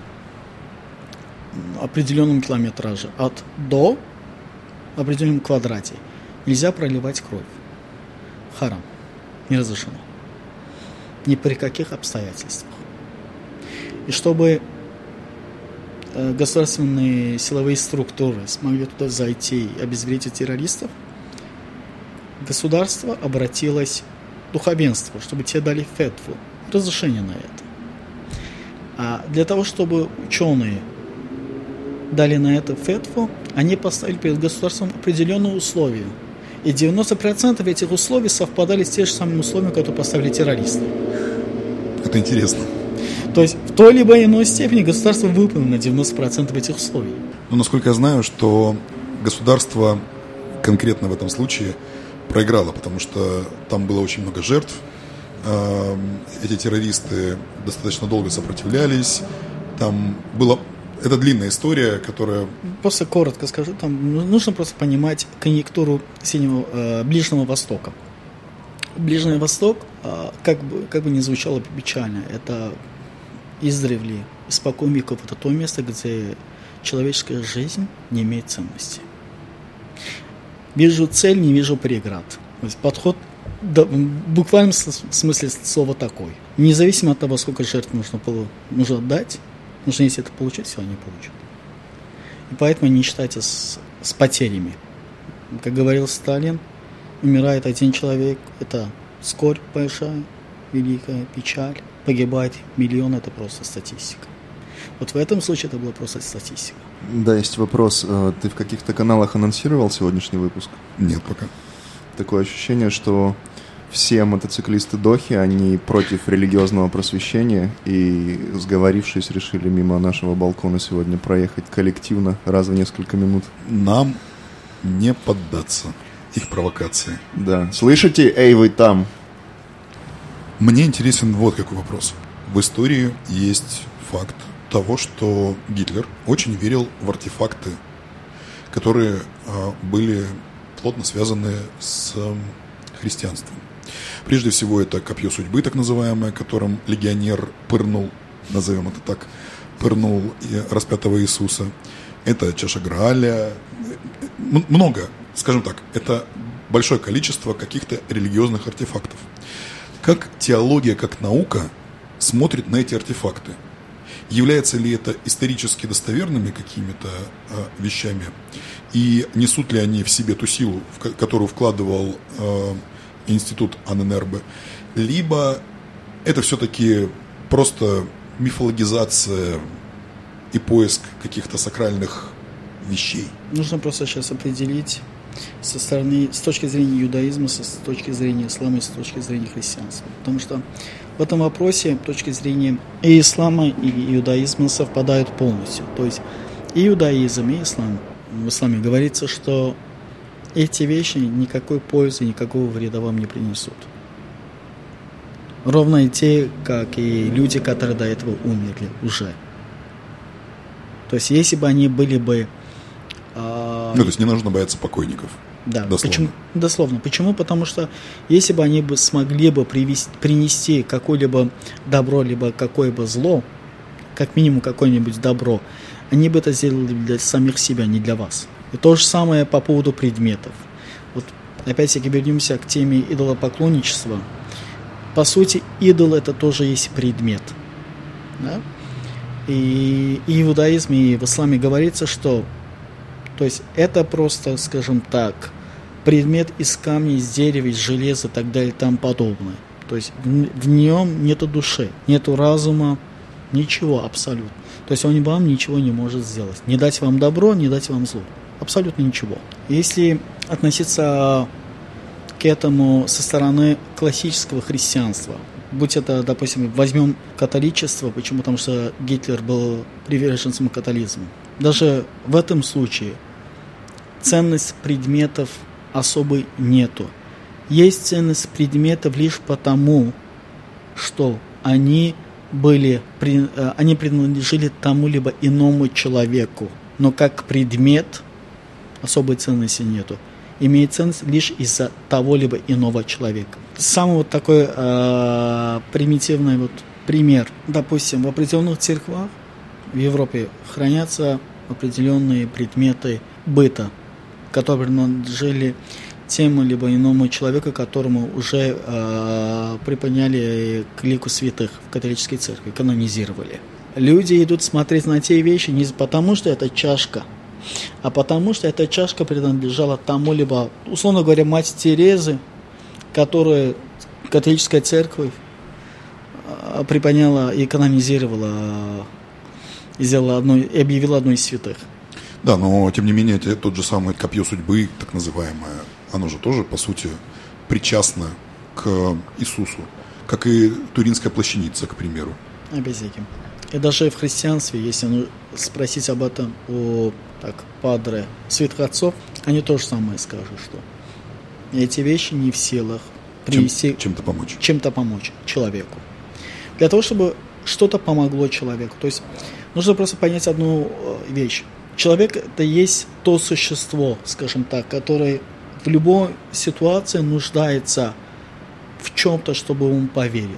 B: определенном километраже, от до определенном квадрате, нельзя проливать кровь. Харам. Не разрешено. Ни при каких обстоятельствах. И чтобы государственные силовые структуры смогли туда зайти и обезвредить террористов, государство обратилось к духовенству, чтобы те дали фетву, разрешение на это. А для того, чтобы ученые дали на это фетву, они поставили перед государством определенные условия. И 90% этих условий совпадали с теми же самыми условиями, которые поставили террористы.
A: Это интересно.
B: То есть в той либо иной степени государство выполнило 90% этих условий.
A: Но насколько я знаю, что государство конкретно в этом случае проиграло, потому что там было очень много жертв. Эти террористы достаточно долго сопротивлялись. Там была... Это длинная история, которая...
B: Просто коротко скажу, там нужно просто понимать конъюнктуру Ближнего Востока. Ближний Восток, как бы ни звучало печально, это издревле, испокон веков, это то место, где человеческая жизнь не имеет ценности. Вижу цель, не вижу преград. То есть подход в буквальном смысле слова такой. Независимо от того, сколько жертв нужно дать, нужно, если это получить, все они получат. И поэтому не считайте с потерями. Как говорил Сталин, умирает один человек, это скорбь большая, великая печаль. Погибает миллион, это просто статистика. Вот в этом случае это была просто статистика.
C: Да, есть вопрос. Ты в каких-то каналах анонсировал сегодняшний выпуск?
A: Нет пока.
C: Такое ощущение, что все мотоциклисты Дохи, они против религиозного просвещения и, сговорившись, решили мимо нашего балкона сегодня проехать коллективно раз в несколько минут.
A: Нам не поддаться их провокации.
C: Да. Слышите? Эй, вы там!
A: Мне интересен вот какой вопрос. В истории есть факт того, что Гитлер очень верил в артефакты, которые были плотно связаны с христианством. Прежде всего, это копье судьбы, так называемое, которым легионер пырнул, назовем это так, пырнул распятого Иисуса. Это чаша Грааля. Много, скажем так, это большое количество каких-то религиозных артефактов. Как теология, как наука смотрит на эти артефакты? Являются ли это исторически достоверными какими-то вещами? И несут ли они в себе ту силу, которую вкладывал институт Анненербе? Либо это все-таки просто мифологизация и поиск каких-то сакральных вещей?
B: Нужно просто сейчас определить с точки зрения иудаизма, с точки зрения ислама и с точки зрения христианства. Потому что в этом вопросе точки зрения и ислама, и иудаизма совпадают полностью. То есть и иудаизм, и ислам. В исламе говорится, что эти вещи никакой пользы, никакого вреда вам не принесут. Ровно и те, как и люди, которые до этого умерли уже. То есть если бы они были бы...
A: то есть не нужно бояться покойников.
B: Да,
A: дословно.
B: Почему? Дословно. Почему? Потому что если бы они смогли бы принести какое-либо добро, либо какое-либо зло, как минимум какое-нибудь добро, они бы это сделали для самих себя, не для вас. И то же самое по поводу предметов. Вот опять-таки вернемся к теме идолопоклонничества. По сути, идол это тоже есть предмет. Да? И в иудаизме, и в исламе говорится, что то есть это просто, скажем так, предмет из камня, из дерева, из железа и так далее и тому подобное. То есть в нем нету души, нету разума, ничего абсолютно. То есть он вам ничего не может сделать. Не дать вам добро, не дать вам зло. Абсолютно ничего. Если относиться к этому со стороны классического христианства, будь это, допустим, возьмем католичество, почему? Потому что Гитлер был приверженцем католизма. Даже в этом случае ценность предметов особой нету. Есть ценность предметов лишь потому, что они принадлежали тому либо иному человеку. Но как предмет особой ценности нету. Имеет ценность лишь из-за того либо иного человека. Самый вот такой примитивный вот пример. Допустим, в определенных церквах в Европе хранятся определенные предметы быта, которые принадлежали тем либо иному человеку, которому уже приподняли к лику святых в католической церкви, канонизировали. Люди идут смотреть на те вещи не потому, что это чашка, а потому, что эта чашка принадлежала тому, либо, условно говоря, мать Терезы, которую католическая церковь приподняла и канонизировала, и сделала и объявила одной из святых.
A: Да, но тем не менее, это тот же самый копье судьбы, так называемое, оно же тоже, по сути, причастно к Иисусу, как и Туринская плащаница, к примеру.
B: Обязательно. И даже в христианстве, если спросить об этом у падре святых отцов, они то же самое скажут, что эти вещи не в силах принести чем-то помочь человеку. Для того, чтобы что-то помогло человеку. То есть нужно просто понять одну вещь. Человек – это есть то существо, скажем так, которое в любой ситуации нуждается в чем-то, чтобы он поверил.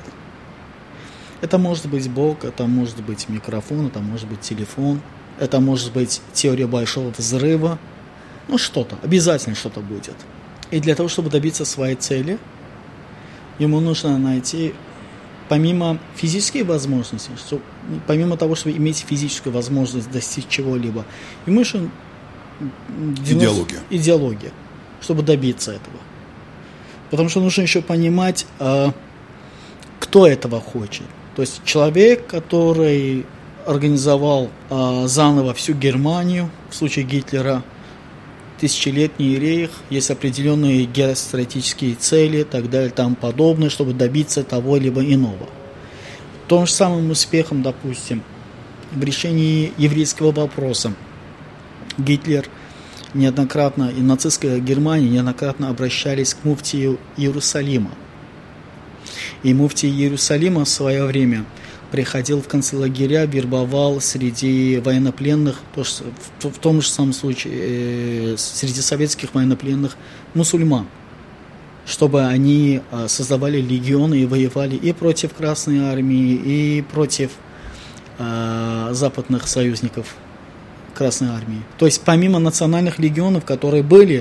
B: Это может быть Бог, это может быть микрофон, это может быть телефон, это может быть теория большого взрыва. Что-то, обязательно что-то будет. И для того, чтобы добиться своей цели, ему нужно найти, помимо физической возможности, помимо того, чтобы иметь физическую возможность достичь чего-либо, ему нужно идеология, чтобы добиться этого. Потому что нужно еще понимать, кто этого хочет. То есть человек, который организовал заново всю Германию, в случае Гитлера, тысячелетний рейх, есть определенные геостратегические цели и так далее, тому подобное, чтобы добиться того либо иного. Том же самым успехом, допустим, в решении еврейского вопроса Гитлер неоднократно и нацистская Германия неоднократно обращались к муфтию Иерусалима. И муфтий Иерусалима в свое время приходил в концлагеря, вербовал среди военнопленных, в том же самом случае среди советских военнопленных мусульман, чтобы они создавали легионы и воевали и против Красной Армии, и против западных союзников Красной Армии. То есть помимо национальных легионов, которые были,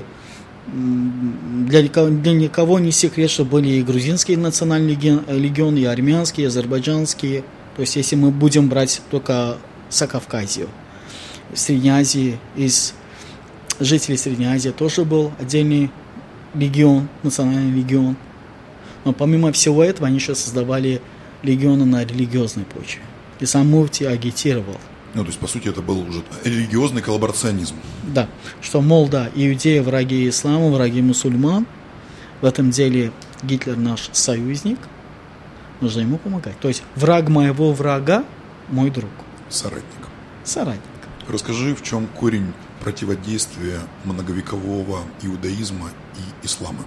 B: для никого не секрет, что были и грузинские национальные легионы, и армянские, и азербайджанские. То есть если мы будем брать только Закавказью, в Средней Азии, из жителей Средней Азии тоже был отдельный легион, национальный легион. Но помимо всего этого они еще создавали легионы на религиозной почве. И сам муфтий агитировал.
A: То есть, по сути, это был уже религиозный коллаборационизм.
B: Да, что, мол, да, иудеи враги ислама, враги мусульман. В этом деле Гитлер наш союзник, нужно ему помогать. То есть враг моего врага – мой друг. Соратник.
A: Расскажи, в чем корень противодействия многовекового иудаизма и ислама?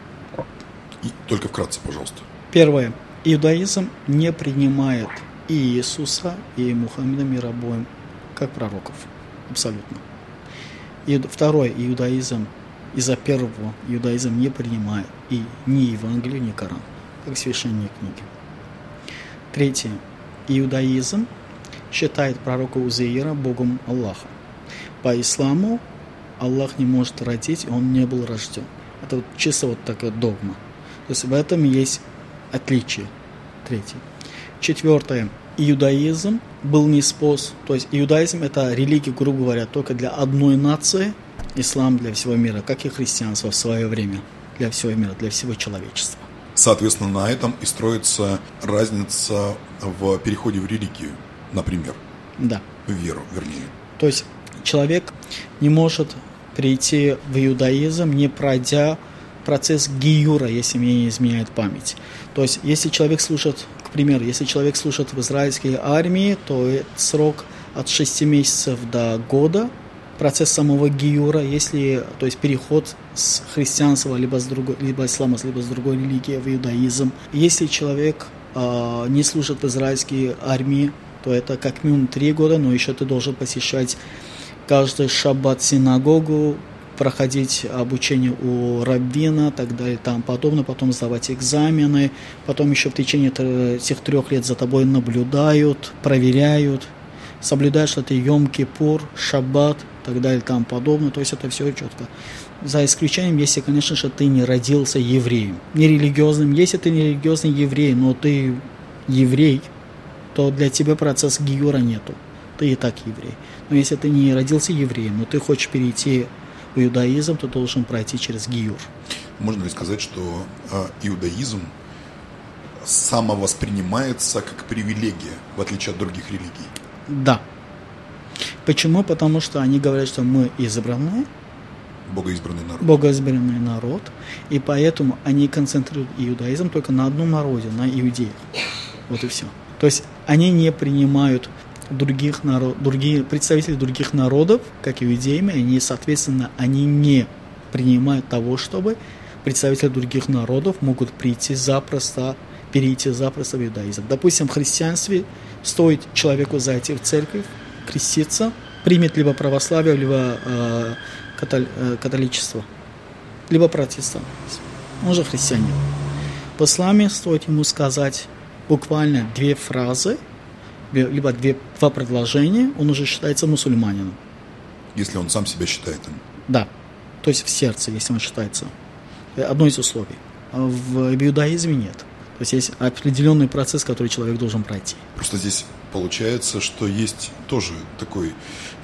A: И только вкратце, пожалуйста.
B: Первое. Иудаизм не принимает и Иисуса, и Мухаммеда, мир обоим, как пророков. Абсолютно. И второе. Иудаизм, из-за первого, иудаизм не принимает и ни Евангелие, ни Коран, как священные книги. Третье. Иудаизм считает пророка Узейра Богом Аллаха. По исламу Аллах не может родить, он не был рожден. Это чисто такая догма. То есть в этом есть отличие. Третье. Четвертое. Иудаизм был неспос. То есть иудаизм – это религия, грубо говоря, только для одной нации, ислам для всего мира, как и христианство в свое время для всего мира, для всего человечества.
A: Соответственно, на этом и строится разница в переходе в религию, например.
B: Да.
A: В веру, вернее.
B: То есть человек не может прийти в иудаизм, не пройдя процесс гиюра, если мне не изменяет память. То есть, если человек служит, к примеру, если человек служит в израильской армии, то срок от 6 месяцев до года, процесс самого гиюра, если, то есть переход с христианства, либо ислама, либо с другой религии в иудаизм. Если человек не служит в израильской армии, то это как минимум 3 года, но еще ты должен посещать каждый шаббат синагогу, проходить обучение у раввина, так далее, там подобное, потом сдавать экзамены, потом еще в течение этих 3 лет за тобой наблюдают, проверяют, соблюдаешь ли ты Йом-Кипур, Шаббат и так далее и тому подобное. То есть это все четко. За исключением, если, конечно же, ты не родился евреем. Нерелигиозным. Если ты не религиозный еврей, но ты еврей, то для тебя процесса гиюра нету. Ты и так еврей. Но если ты не родился евреем, но ты хочешь перейти в иудаизм, ты должен пройти через гиюр.
A: Можно ли сказать, что иудаизм самовоспринимается как привилегия, в отличие от других религий?
B: Да. Почему? Потому что они говорят, что мы избранные, богоизбранный народ, и поэтому они концентрируют иудаизм только на одном народе, на иудеях. Вот и все. То есть они не принимают другие представители других народов, как иудеями, они, соответственно, они не принимают того, чтобы представители других народов могут перейти запросто в иудаизм. Допустим, в христианстве стоит человеку зайти в церковь, креститься, примет либо православие, либо католичество, либо протестант. Он же христианин. В исламе стоит ему сказать буквально 2 фразы, либо 2 предложения, он уже считается мусульманином.
A: Если он сам себя считает им.
B: Да. То есть в сердце, если он считается. Одно из условий. А в иудаизме нет. То есть есть определенный процесс, который человек должен пройти.
A: Просто здесь получается, что есть тоже такой,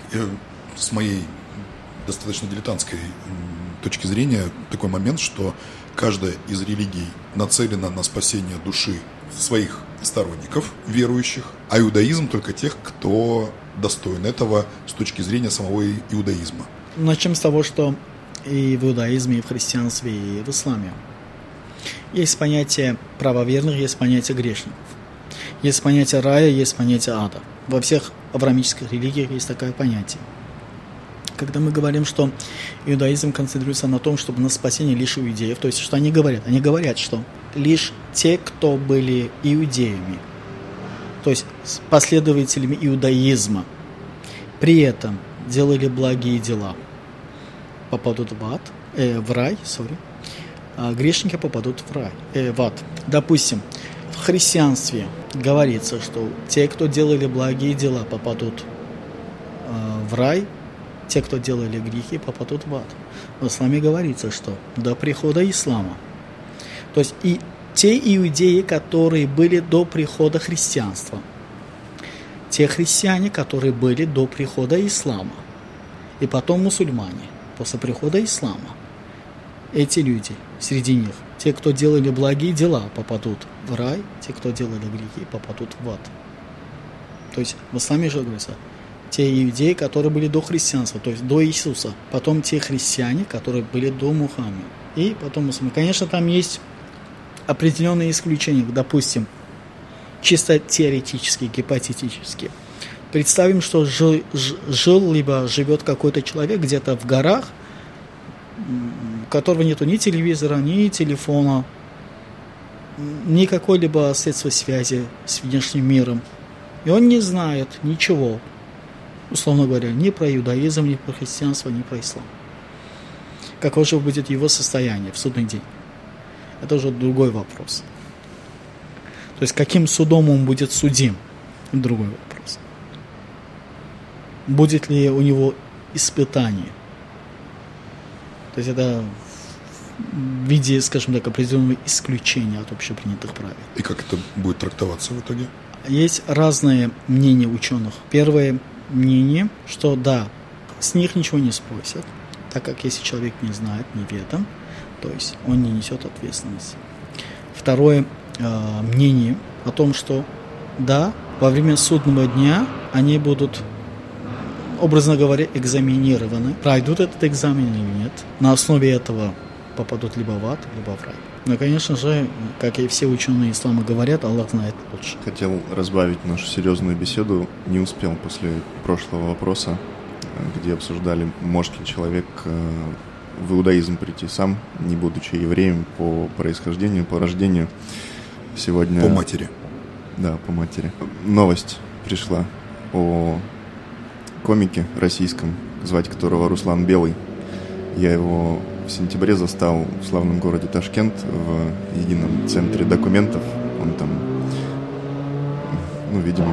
A: с моей достаточно дилетантской точки зрения, такой момент, что каждая из религий нацелена на спасение души своих сторонников, верующих, а иудаизм только тех, кто достоин этого с точки зрения самого иудаизма.
B: Начнем с того, что и в иудаизме, и в христианстве, и в исламе есть понятие правоверных, есть понятие грешников. Есть понятие рая, есть понятие ада. Во всех авраамических религиях есть такое понятие. Когда мы говорим, что иудаизм концентрируется на том, чтобы на спасение лишь иудеев, то есть что они говорят? Они говорят, что лишь те, кто были иудеями, то есть последователями иудаизма, при этом делали благие дела, попадут в рай, а грешники попадут в ад. Допустим, в христианстве говорится, что те, кто делали благие дела, попадут в рай, те, кто делали грехи, попадут в ад. В исламе говорится, что до прихода ислама. То есть и те иудеи, которые были до прихода христианства, те христиане, которые были до прихода ислама, и потом мусульмане, после прихода ислама, эти люди, среди них, те, кто делали благие дела, попадут в рай, те, кто делали грехи, попадут в ад. То есть в исламе же говорится, те иудеи, которые были до христианства, то есть до Иисуса, потом те христиане, которые были до Мухаммеда, и потом мусульмане. Конечно, там есть определенные исключения, допустим, чисто теоретически, гипотетически. Представим, что жил либо живет какой-то человек где-то в горах, у которого нету ни телевизора, ни телефона, ни какой-либо средства связи с внешним миром. И он не знает ничего, условно говоря, ни про иудаизм, ни про христианство, ни про ислам. Какое же будет его состояние в судный день? Это уже другой вопрос. То есть, каким судом он будет судим? Другой вопрос. Будет ли у него испытание? То есть, это в виде, скажем так, определенного исключения от общепринятых правил.
A: И как это будет трактоваться в итоге?
B: Есть разные мнения ученых. Первое мнение, что да, с них ничего не спросят, так как если человек не знает, не ведом, то есть он не несет ответственности. Второе мнение о том, что да, во время судного дня они будут, образно говоря, экзаменированы, пройдут этот экзамен или нет. На основе этого попадут либо в ад, либо в рай. Но, конечно же, как и все ученые ислама говорят, Аллах знает лучше.
C: Хотел разбавить нашу серьезную беседу, не успел после прошлого вопроса, где обсуждали, может ли человек в иудаизм прийти сам, не будучи евреем по происхождению, по рождению. Сегодня...
A: По матери.
C: Да, по матери. Новость пришла о комике российском, звать которого Руслан Белый. Я его в сентябре застал в славном городе Ташкент, в едином центре документов. Он там, видимо,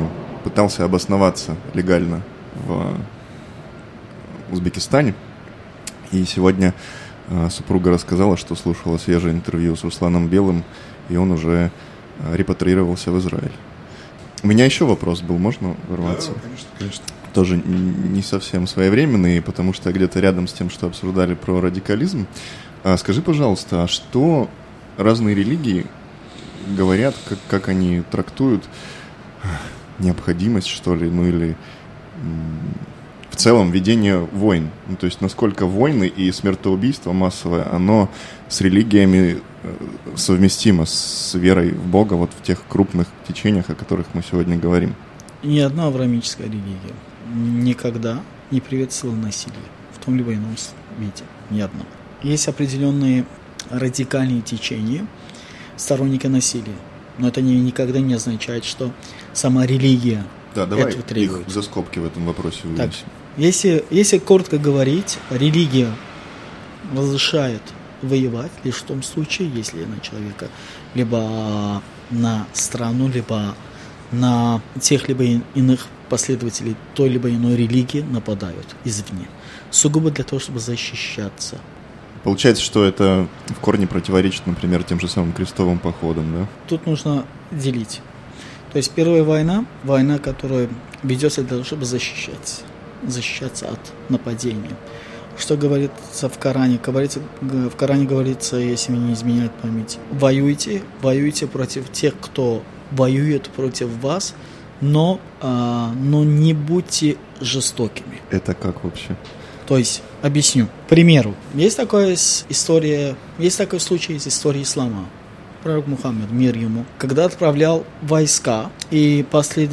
C: пытался обосноваться легально в Узбекистане. И сегодня супруга рассказала, что слушала свежее интервью с Русланом Белым, и он уже репатриировался в Израиль. У меня еще вопрос был, можно ворваться?
A: Да, конечно.
C: Тоже не совсем своевременный, потому что где-то рядом с тем, что обсуждали про радикализм. Скажи, пожалуйста, а что разные религии говорят, как они трактуют необходимость, что ли, ну или в целом ведение войн? Ну, то есть насколько войны и смертоубийство массовое, оно с религиями совместимо, с верой в Бога, вот в тех крупных течениях, о которых мы сегодня говорим?
B: Ни одна авраамическая религия никогда не приветствовала насилие в том либо ином виде. Ни одна. Есть определенные радикальные течения, сторонники насилия, но это никогда не означает, что сама религия этого требует.
C: Их за скобки в этом вопросе вынесем.
B: Если коротко говорить, религия разрешает воевать лишь в том случае, если на человека либо на страну, либо на тех либо иных последователей той либо иной религии нападают извне. Сугубо для того, чтобы защищаться.
C: Получается, что это в корне противоречит, например, тем же самым крестовым походам, да?
B: Тут нужно делить. То есть первая война, которая ведется для того, чтобы защищаться от нападения. Что говорится в Коране? В Коране говорится, если мне не изменяет память, воюйте против тех, кто воюет против вас, но не будьте жестокими.
C: Это как вообще?
B: То есть, объясню. К примеру, есть такой случай из истории ислама. Пророк Мухаммед, мир ему, когда отправлял войска и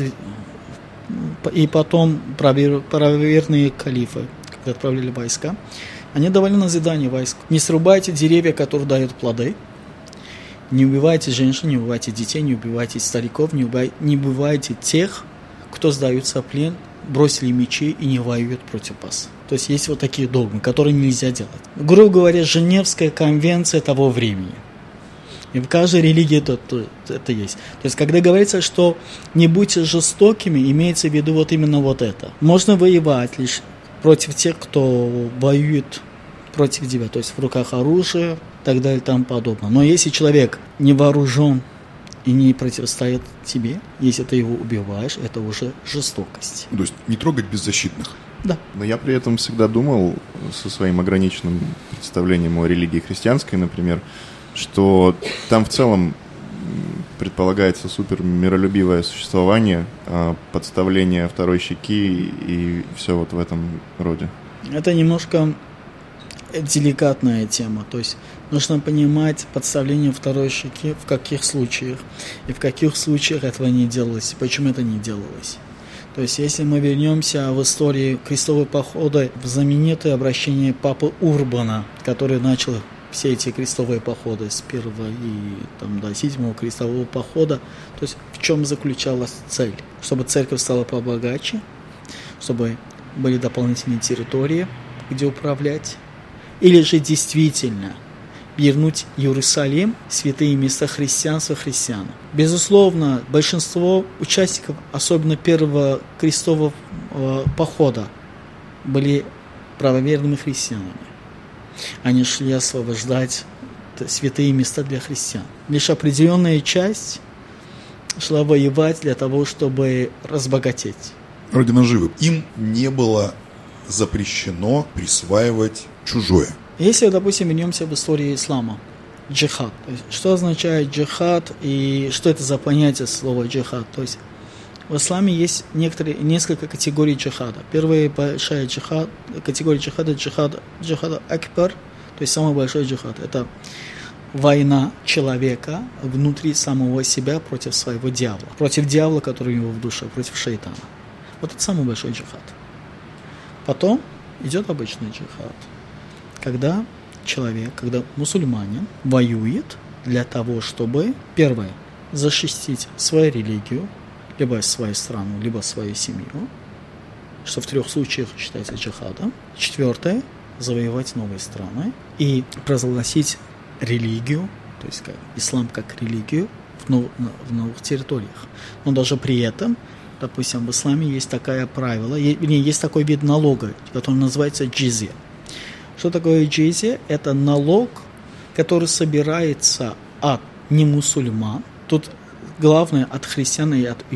B: потом правоверные калифы, когда отправляли войска, они давали назидание войску. Не срубайте деревья, которые дают плоды, не убивайте женщин, не убивайте детей, не убивайте стариков, не убивайте тех, кто сдаются в плен, бросили мечи и не воюют против вас. То есть есть вот такие догмы, которые нельзя делать. Грубо говоря, Женевская конвенция того времени. И в каждой религии это есть. То есть, когда говорится, что не будьте жестокими, имеется в виду вот именно вот это. Можно воевать лишь против тех, кто воюет против тебя. То есть, в руках оружие и так далее и тому подобное. Но если человек не вооружен и не противостоит тебе, если ты его убиваешь, это уже жестокость.
A: То есть, не трогать беззащитных.
B: Да.
C: Но я при этом всегда думал, со своим ограниченным представлением о религии христианской, например, что там в целом предполагается супер миролюбивое существование, подставление второй щеки и все вот в этом роде.
B: Это немножко деликатная тема. То есть нужно понимать подставление второй щеки в каких случаях и в каких случаях этого не делалось, и почему это не делалось. То есть если мы вернемся в истории крестового похода, в знаменитое обращение папы Урбана, который начал все эти крестовые походы с 1 и до 7 крестового похода, то есть в чем заключалась цель? Чтобы церковь стала побогаче, чтобы были дополнительные территории, где управлять, или же действительно вернуть Иерусалим, святые места христианства христианам. Безусловно, большинство участников, особенно первого крестового похода, были правоверными христианами. Они шли освобождать святые места для христиан. Лишь определенная часть шла воевать для того, чтобы разбогатеть.
A: Ради наживы. Им не было запрещено присваивать чужое.
B: Если, допустим, вернемся в историю ислама, джихад. То есть, что означает джихад и что это за понятие слова джихад? То есть в исламе есть несколько категорий джихада. Первая большая категория джихада – акбар, то есть самый большой джихад. Это война человека внутри самого себя против своего дьявола. Против дьявола, который у него в душе, против шайтана. Вот это самый большой джихад. Потом идет обычный джихад. Когда мусульманин воюет для того, чтобы, первое, защитить свою религию, либо свою страну, либо свою семью, что в 3 случаях считается джихадом. 4. Завоевать новые страны и провозгласить религию, то есть ислам как религию в новых территориях. Но даже при этом допустим, в исламе есть такое правило, есть такой вид налога, который называется джизья. Что такое джизья? Это налог, который собирается от немусульман. Тут главное от христиан и от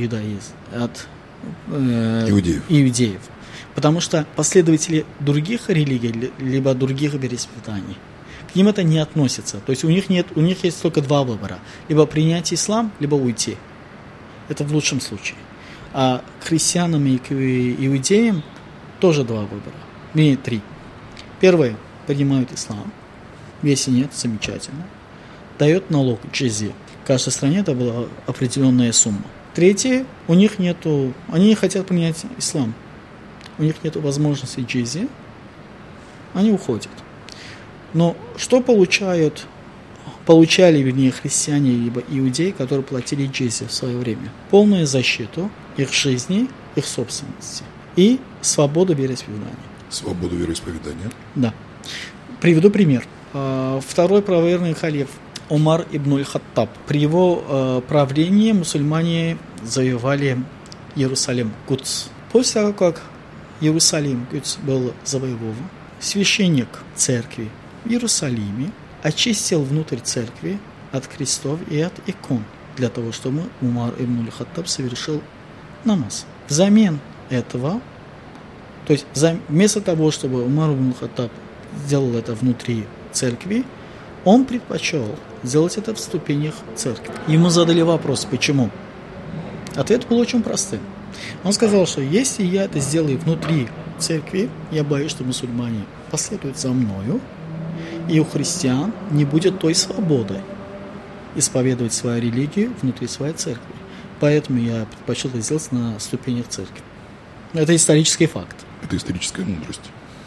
B: иудеев. Потому что последователи других религий, либо других вероисповеданий, к ним это не относится. То есть у них есть только два выбора. Либо принять ислам, либо уйти. Это в лучшем случае. А к христианам и к иудеям тоже два выбора. Вернее, три. Первое, принимают ислам. Если нет, замечательно. Дает налог джизья. В каждой стране это была определенная сумма. Третье, они не хотят принять ислам. У них нет возможности джизьи. Они уходят. Но что получали, христиане либо иудеи, которые платили джизью в свое время? Полную защиту их жизни, их собственности и свободу вероисповедания.
A: Свободу вероисповедания?
B: Да. Приведу пример. Второй правоверный халиф Умар ибн аль-Хаттаб. При его правлении мусульмане завоевали Иерусалим, Кудс. После того, как Иерусалим, Кудс был завоеван, священник церкви в Иерусалиме очистил внутрь церкви от крестов и от икон, для того, чтобы Умар ибн аль-Хаттаб совершил намаз. Взамен этого, то есть вместо того, чтобы Умар ибн аль-Хаттаб сделал это внутри церкви, он предпочел сделать это в ступенях церкви. Ему задали вопрос, почему? Ответ был очень простым. Он сказал, что если я это сделаю внутри церкви, я боюсь, что мусульмане последуют за мною, и у христиан не будет той свободы исповедовать свою религию внутри своей церкви. Поэтому я предпочел это сделать на ступенях церкви. Это исторический факт.
A: Это историческая мудрость.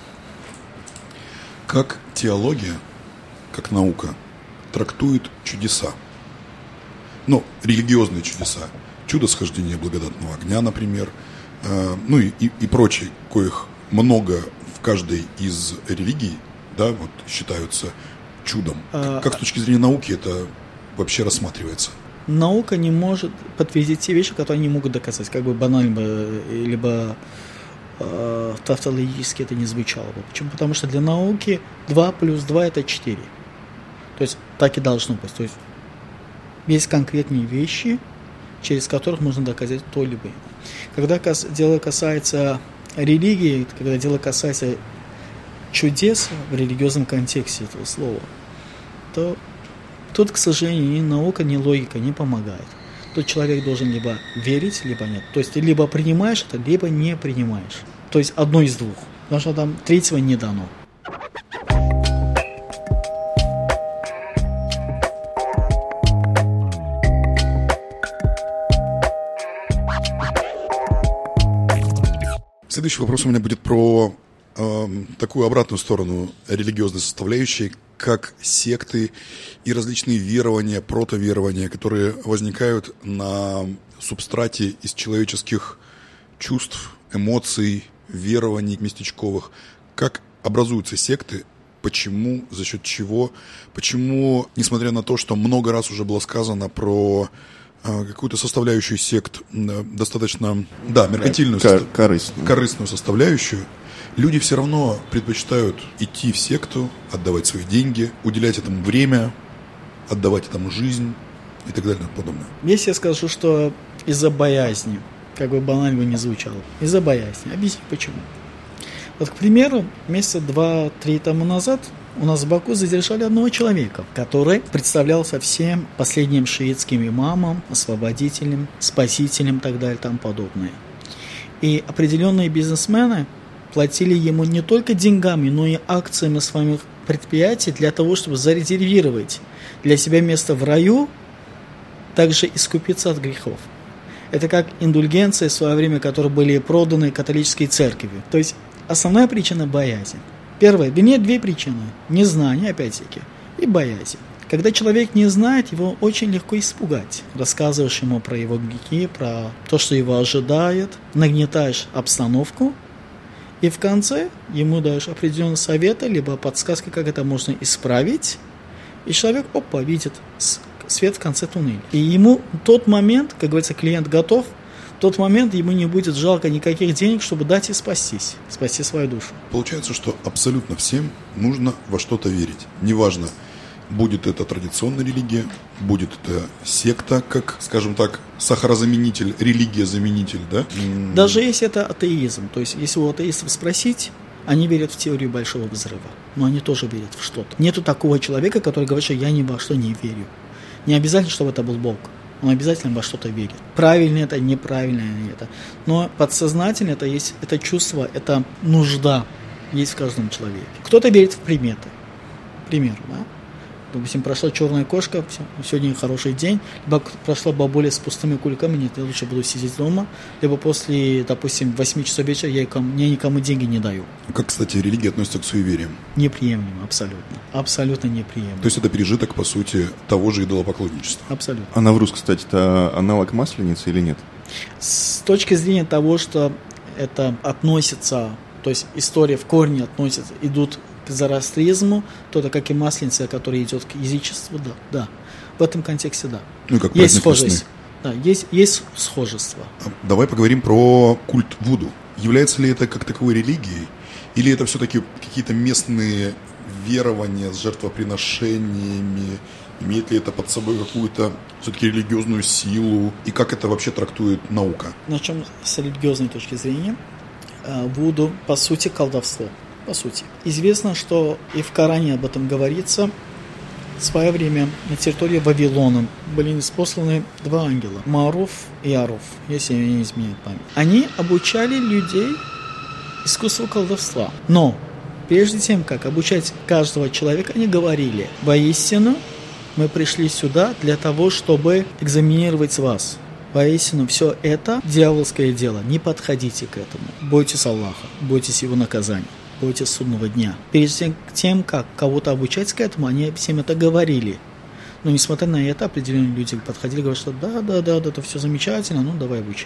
A: Как теология, как наука, трактует чудеса? Религиозные чудеса. Чудо схождения благодатного огня, например, и прочие, коих много в каждой из религий, да, считаются чудом. Как с точки зрения науки это вообще рассматривается?
B: Наука не может подтвердить те вещи, которые они могут доказать, как бы банально, либо тавтологически это не звучало бы. Почему? Потому что для науки 2 плюс 2 это 4. То есть так и должно быть. То есть есть конкретные вещи, через которых можно доказать то-либо. Когда дело касается религии, когда дело касается чудес в религиозном контексте этого слова, то тут, к сожалению, ни наука, ни логика не помогает. Тут человек должен либо верить, либо нет. То есть ты либо принимаешь это, либо не принимаешь. То есть одно из двух. Потому что там третьего не дано.
A: Следующий вопрос у меня будет про такую обратную сторону религиозной составляющей, как секты и различные верования, протоверования, которые возникают на субстрате из человеческих чувств, эмоций, верований местечковых. Как образуются секты, почему, за счет чего, почему, несмотря на то, что много раз уже было сказано про какую-то составляющую сект, достаточно, меркантильную, корыстную составляющую, люди все равно предпочитают идти в секту, отдавать свои деньги, уделять этому время, отдавать этому жизнь и так далее и тому подобное.
B: Если я скажу, что из-за боязни, как бы банально не звучало, из-за боязни, объясню почему. Вот, к примеру, месяца 2-3 тому назад у нас в Баку задержали одного человека, который представлялся всем последним шиитским имамом, освободителем, спасителем и так далее и тому подобное. И определенные бизнесмены платили ему не только деньгами, но и акциями своих предприятий для того, чтобы зарезервировать для себя место в раю, также искупиться от грехов. Это как индульгенции в свое время, которые были проданы католической церковью. То есть основная причина – боязнь. Первое, две причины. Незнание, опять-таки, и боязнь. Когда человек не знает, его очень легко испугать. Рассказываешь ему про его грехи, про то, что его ожидает, нагнетаешь обстановку, и в конце ему даешь определенные советы, либо подсказки, как это можно исправить, и человек, видит свет в конце туннеля. И ему в тот момент, как говорится, клиент готов, тот момент ему не будет жалко никаких денег, чтобы дать и спасти свою душу.
A: Получается, что абсолютно всем нужно во что-то верить. Неважно, будет это традиционная религия, будет это секта, как, скажем так, сахарозаменитель, религия-заменитель, да?
B: Даже если это атеизм, то есть если у атеистов спросить, они верят в теорию Большого Взрыва, но они тоже верят в что-то. Нету такого человека, который говорит, что я ни во что не верю. Не обязательно, чтобы это был Бог. Он обязательно во что-то верит. Правильно это, неправильно это. Но подсознательно это есть, это чувство, это нужда есть в каждом человеке. Кто-то верит в приметы. К примеру, да? Допустим, прошла черная кошка, сегодня хороший день, либо прошла бабуля с пустыми кульками, нет, я лучше буду сидеть дома, либо после, допустим, 8 часов вечера я никому деньги не даю.
A: Как, кстати, религия относится к суевериям?
B: Неприемлемо, абсолютно. Абсолютно неприемлемо.
A: То есть это пережиток, по сути, того же идолопоклонничества?
B: Абсолютно.
C: А Навруз, кстати, это аналог Масленицы или нет?
B: С точки зрения того, что это относится, то есть история в корне относится, идут к зороастризму, то это как и Масленица, которая идет к язычеству, да. В этом контексте, да.
A: Ну и как
B: есть
A: праздник
B: схожесть.
A: весны.
B: Да, есть схожество.
A: Давай поговорим про культ Вуду. Является ли это как таковой религией? Или это все-таки какие-то местные верования с жертвоприношениями? Имеет ли это под собой какую-то все-таки религиозную силу? И как это вообще трактует наука?
B: Начнем с религиозной точки зрения. Вуду, по сути, колдовство. По сути. Известно, что и в Коране об этом говорится. В свое время на территории Вавилона были ниспосланы два ангела, Маруф и Аруф, если я не изменяю память. Они обучали людей искусству колдовства. Но прежде тем, как обучать каждого человека, они говорили: воистину мы пришли сюда для того, чтобы экзаменировать вас. Воистину все это дьявольское дело. Не подходите к этому. Бойтесь Аллаха, бойтесь его наказания. Бойтесь судного дня. Перед тем, как кого-то обучать к этому, они всем это говорили. Но несмотря на это, определенные люди подходили и говорят, что да, это все замечательно, ну давай обучай.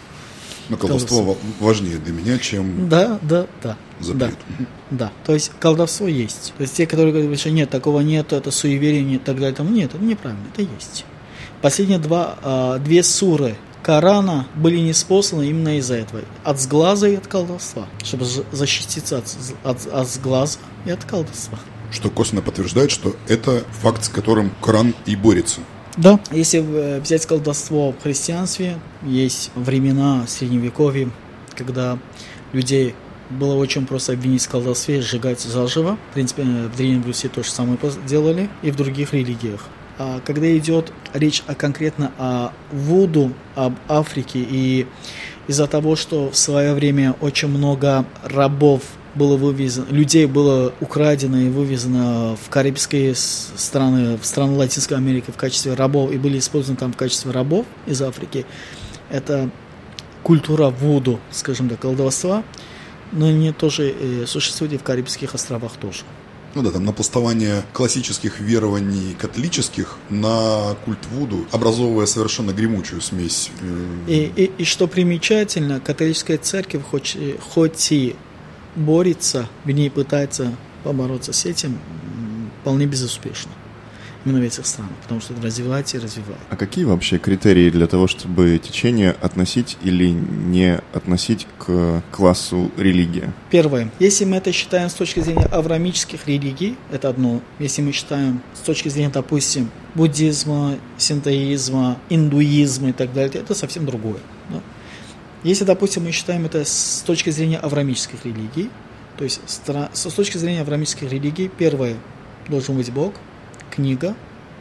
A: Но колдовство важнее для меня, чем запрет.
B: Да, то есть колдовство есть. То есть те, которые говорят, что нет, такого нет, это суеверие, нет, так далее, там нет, это неправильно, это есть. Последние две суры Корана были ниспосланы именно из-за этого. От сглаза и от колдовства. Чтобы защититься от сглаза и от колдовства.
A: Что косвенно подтверждает, что это факт, с которым Коран и борется.
B: Да. Если взять колдовство в христианстве, есть времена Средневековья, когда людей было очень просто обвинить в колдовстве, сжигать заживо. В принципе, в Древнем Руси то же самое делали и в других религиях. А когда идет речь конкретно о Вуду, об Африке, и из-за того, что в свое время очень много рабов было вывезено, людей было украдено и вывезено в карибские страны, в страны Латинской Америки в качестве рабов, и были использованы там в качестве рабов из Африки, это культура Вуду, скажем так, колдовства, но они тоже существуют и в Карибских островах тоже.
A: Ну да, там напластование классических верований католических на культ Вуду, образовывая совершенно гремучую смесь.
B: И что примечательно, католическая церковь хоть и борется, в ней пытается побороться с этим, вполне безуспешно. Именно в этих странах, потому что развивать и развивать.
C: А какие вообще критерии для того, чтобы течение относить или не относить к классу религии?
B: Первое. Если мы это считаем с точки зрения авраамических религий, это одно. Если мы считаем с точки зрения, допустим, буддизма, синтоизма, индуизма и так далее, это совсем другое. Да? Если, допустим, мы считаем это с точки зрения авраамических религий, то есть с точки зрения авраамических религий, первое, должен быть Бог, книга,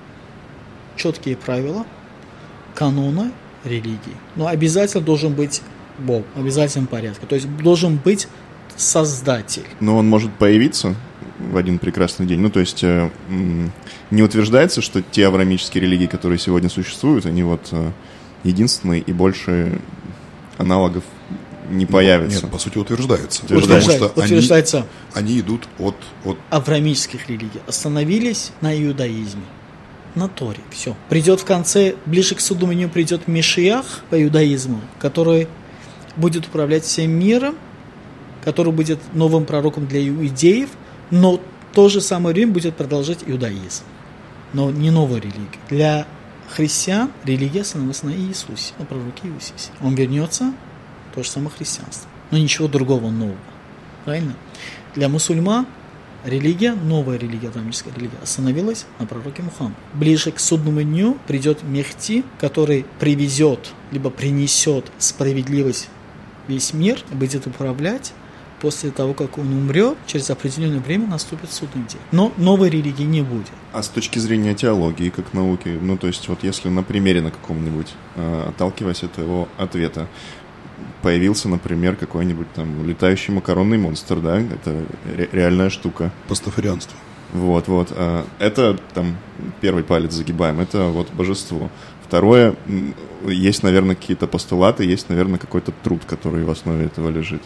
B: четкие правила, каноны религии. Но обязательно должен быть Бог, в обязательном порядке. То есть должен быть Создатель.
C: Но он может появиться в один прекрасный день. Ну, то есть не утверждается, что те авраамические религии, которые сегодня существуют, они вот единственные и больше аналогов не появится.
A: Нет, по сути, утверждается.
B: Утверждается.
A: Они идут от
B: авраамических религий. Остановились на иудаизме, на Торе. Все. Придет в конце, ближе к суду меню придет Мешиах по иудаизму, который будет управлять всем миром, который будет новым пророком для иудеев, но в то же самое время будет продолжать иудаизм. Но не новая религия. Для христиан религия основывается на Иисусе, на пророке Иисусе. Он вернется, то же самое христианство. Но ничего другого нового. Правильно? Для мусульман религия, новая религия, исламическая религия, остановилась на пророке Мухаммаде. Ближе к судному дню придет Мехди, который привезет, либо принесет справедливость в весь мир, будет управлять. После того, как он умрет, через определенное время наступит судный день. Но новой религии не будет.
C: А с точки зрения теологии, как науки, ну, то есть, вот если на примере на каком-нибудь, отталкиваясь от его ответа, появился, например, какой-нибудь там летающий макаронный монстр, да, это реальная штука.
A: Пастафарианство.
C: Вот. Это там первый палец загибаем, это вот божество. Второе, есть, наверное, какие-то постулаты, есть, наверное, какой-то труд, который в основе этого лежит.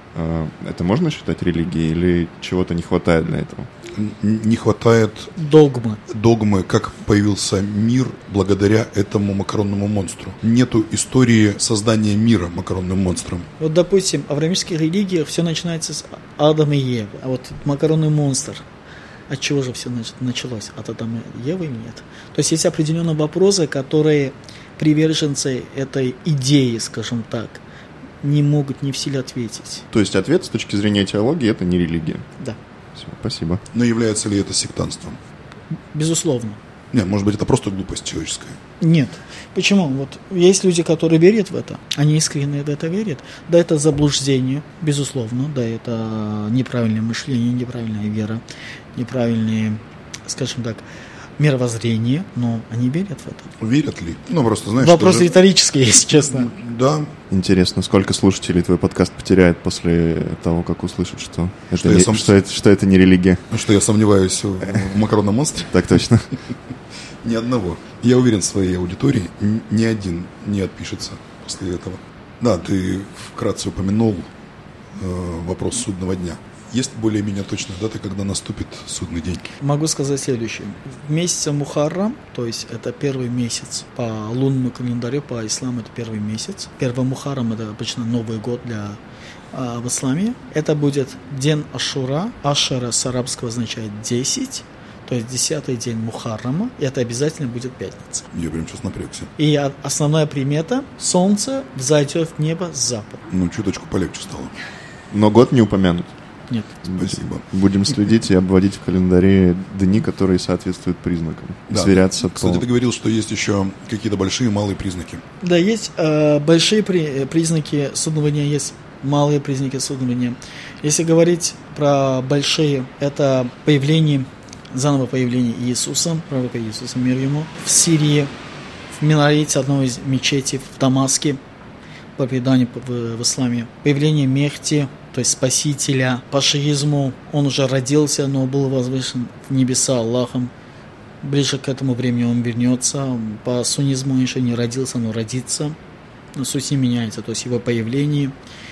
C: Это можно считать религией или чего-то не хватает для этого?
A: Не хватает догмы, как появился мир благодаря этому макаронному монстру. Нету истории создания мира макаронным монстром.
B: Вот, допустим, в авраамических религиях все начинается с Адама и Евы. А вот макаронный монстр, от чего же все началось? От Адама и Евы нет. То есть есть определенные вопросы, которые приверженцы этой идеи, скажем так, не могут не в силе ответить.
C: То есть ответ с точки зрения теологии – это не религия?
B: Да.
C: Все, спасибо.
A: Но является ли это сектантством?
B: Безусловно.
A: Нет, может быть, это просто глупость человеческая.
B: Нет. Почему? Вот есть люди, которые верят в это, они искренне в это верят. Да, это заблуждение, безусловно, да, это неправильное мышление, неправильная вера, неправильные, скажем так, мировоззрение, но они верят в это.
A: Верят ли? Ну, просто, знаешь...
B: Вопрос риторический, если честно.
A: Да.
C: Интересно, сколько слушателей твой подкаст потеряет после того, как услышат, что это не религия?
A: Что я сомневаюсь в макаронном монстре?
C: Так точно.
A: Ни одного. Я уверен в своей аудитории, ни один не отпишется после этого. Да, ты вкратце упомянул вопрос судного дня. Есть более-менее точная дата, когда наступит судный день?
B: Могу сказать следующее. В месяце Мухаррам, то есть это первый месяц по лунному календарю, по исламу это первый месяц. Первый Мухаррам это обычно Новый год в исламе. Это будет день Ашура. Ашара с арабского означает 10. То есть 10-й день Мухаррама. И это обязательно будет пятница.
A: Я прям сейчас напрягся.
B: И основная примета – солнце взойдет в небо с запада.
A: Ну, чуточку полегче стало.
C: Но год не упомянут.
B: Нет.
A: Спасибо.
C: Будем следить и обводить в календаре дни, которые соответствуют признакам. Да. Сверяться.
A: Кстати, ты говорил, что есть еще какие-то большие и малые признаки.
B: Да, есть большие признаки судного дня, есть малые признаки судного дня. Если говорить про большие, это заново появление Иисуса, пророка Иисуса, мир ему, в Сирии, в минарете одной из мечетей в Дамаске, по преданию в исламе, появление Мехди, то есть Спасителя. По шиизму он уже родился, но был возвышен в небеса Аллахом. Ближе к этому времени он вернется. По суннизму он еще не родился, но родится. Но суть не меняется, то есть его появление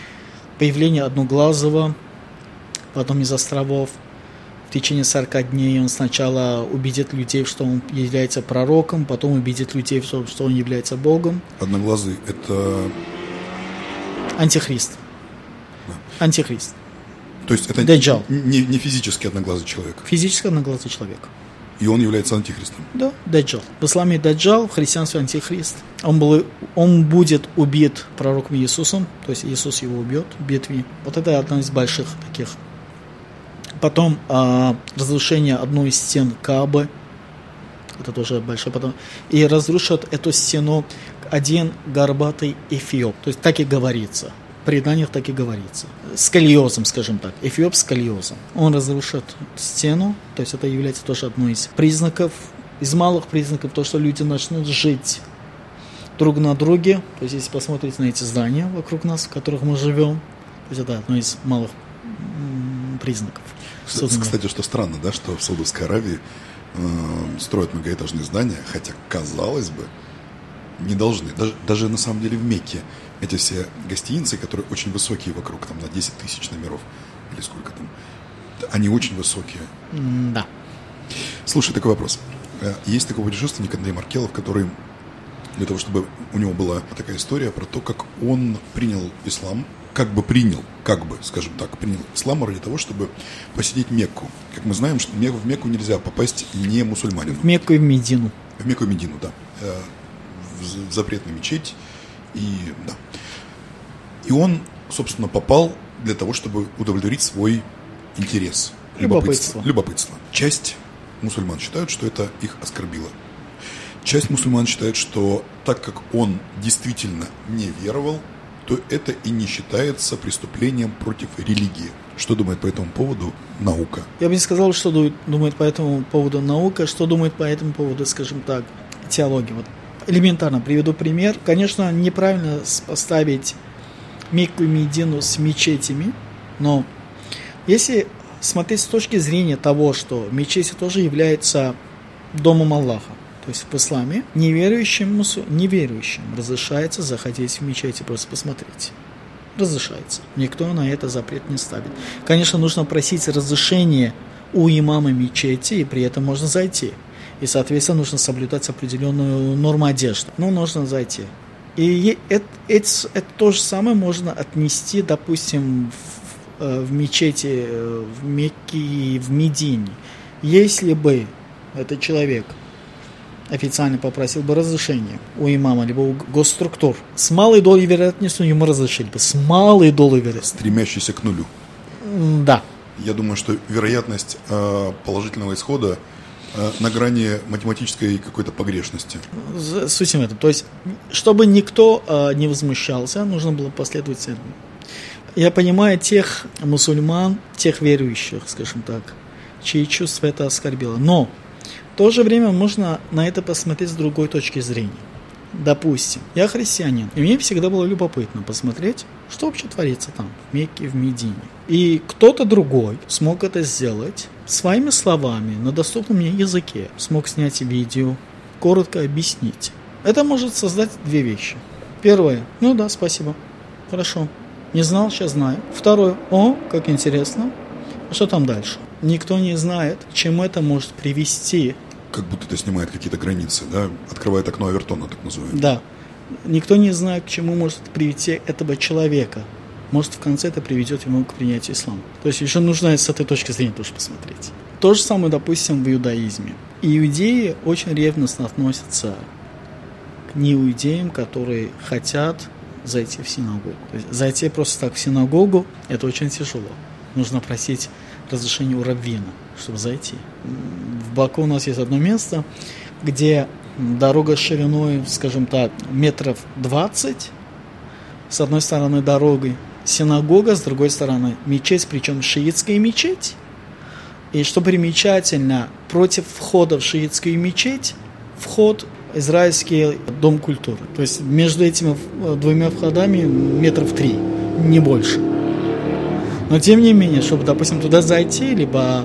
B: Одноглазого, потом из островов. В течение 40 дней он сначала убедит людей, что он является пророком, потом убедит людей, что он является Богом.
A: Одноглазый – это...
B: Антихрист. Да. Антихрист.
A: То есть это
B: Даджал.
A: Не физически одноглазый человек?
B: Физически одноглазый человек.
A: И он является антихристом? Да,
B: Даджал. В исламе Даджал, в христианстве антихрист. Он будет убит пророком Иисусом, то есть Иисус его убьет в битве. Вот это одна из больших таких. Потом разрушение одной из стен Каабы. Это тоже большое. Потом. И разрушат эту стену один горбатый эфиоп. То есть так и говорится. В преданиях так и говорится. Сколиозом, скажем так. Эфиоп с сколиозом. Он разрушит стену. То есть это является тоже одной из признаков. Из малых признаков то, что люди начнут жить друг на друге. То есть если посмотреть на эти здания вокруг нас, в которых мы живем. То есть это одно из малых признаков.
A: Кстати, что странно, да, что в Саудовской Аравии строят многоэтажные здания, хотя, казалось бы, не должны. Даже на самом деле в Мекке эти все гостиницы, которые очень высокие вокруг, там на 10 тысяч номеров, или сколько там, они очень высокие.
B: Да.
A: Слушай, такой вопрос. Есть такой путешественник Андрей Маркелов, который, для того, чтобы у него была такая история про то, как он принял ислам, принял ислам ради того, чтобы посетить Мекку. Как мы знаем, что в Мекку нельзя попасть не мусульманину.
B: В Мекку и в Медину.
A: В Мекку и Медину, да. в запретную мечеть. И он, собственно, попал для того, чтобы удовлетворить свой интерес. Любопытство. Часть мусульман считают, что это их оскорбило. Часть мусульман считает, что так как он действительно не веровал, то это и не считается преступлением против религии. Что думает по этому поводу наука?
B: Я бы не сказал, что думает по этому поводу наука, что думает по этому поводу, скажем так, теология. Вот элементарно приведу пример. Конечно, неправильно поставить Мекку и Медину с мечетями, но если смотреть с точки зрения того, что мечеть тоже является домом Аллаха, то есть в исламе неверующим разрешается заходить в мечеть и просто посмотреть. Разрешается. Никто на это запрет не ставит. Конечно, нужно просить разрешения у имама мечети, и при этом можно зайти. И, соответственно, нужно соблюдать определенную норму одежды. Но нужно зайти. И это то же самое можно отнести, допустим, в мечети в Мекке и в Медине. Если бы этот человек официально попросил бы разрешения у имама, либо у госструктур, с малой долей вероятности ему разрешили бы. С малой долей вероятности.
A: Стремящийся к нулю.
B: Да.
A: Я думаю, что вероятность положительного исхода на грани математической какой-то погрешности.
B: Суть в этом. То есть, чтобы никто не возмущался, нужно было последовать этому. Я понимаю тех мусульман, тех верующих, скажем так, чьи чувства это оскорбило. Но в то же время можно на это посмотреть с другой точки зрения. Допустим, я христианин, и мне всегда было любопытно посмотреть, что вообще творится там, в Мекке, в Медине. И кто-то другой смог это сделать своими словами, на доступном мне языке, смог снять видео, коротко объяснить. Это может создать две вещи. Первое, ну да, спасибо, хорошо, не знал, сейчас знаю. Второе, о, как интересно, что там дальше? Никто не знает, к чему это может привести.
A: Как будто это снимает какие-то границы, да? Открывает окно Авертона, так называемое.
B: Да. Никто не знает, к чему может привести этого человека. Может, в конце это приведет ему к принятию ислама. То есть еще нужно с этой точки зрения тоже посмотреть. То же самое, допустим, в иудаизме. Иудеи очень ревностно относятся к неиудеям, которые хотят зайти в синагогу. То есть зайти просто так в синагогу – это очень тяжело. Нужно просить разрешение у раввина, чтобы зайти. В Баку у нас есть одно место, где дорога шириной, скажем так, метров 20, с одной стороны дорогой синагога, с другой стороны мечеть, причем шиитская мечеть. И что примечательно, против входа в шиитскую мечеть вход израильский дом культуры. То есть между этими двумя входами метров 3, не больше. Но тем не менее, чтобы, допустим, туда зайти, либо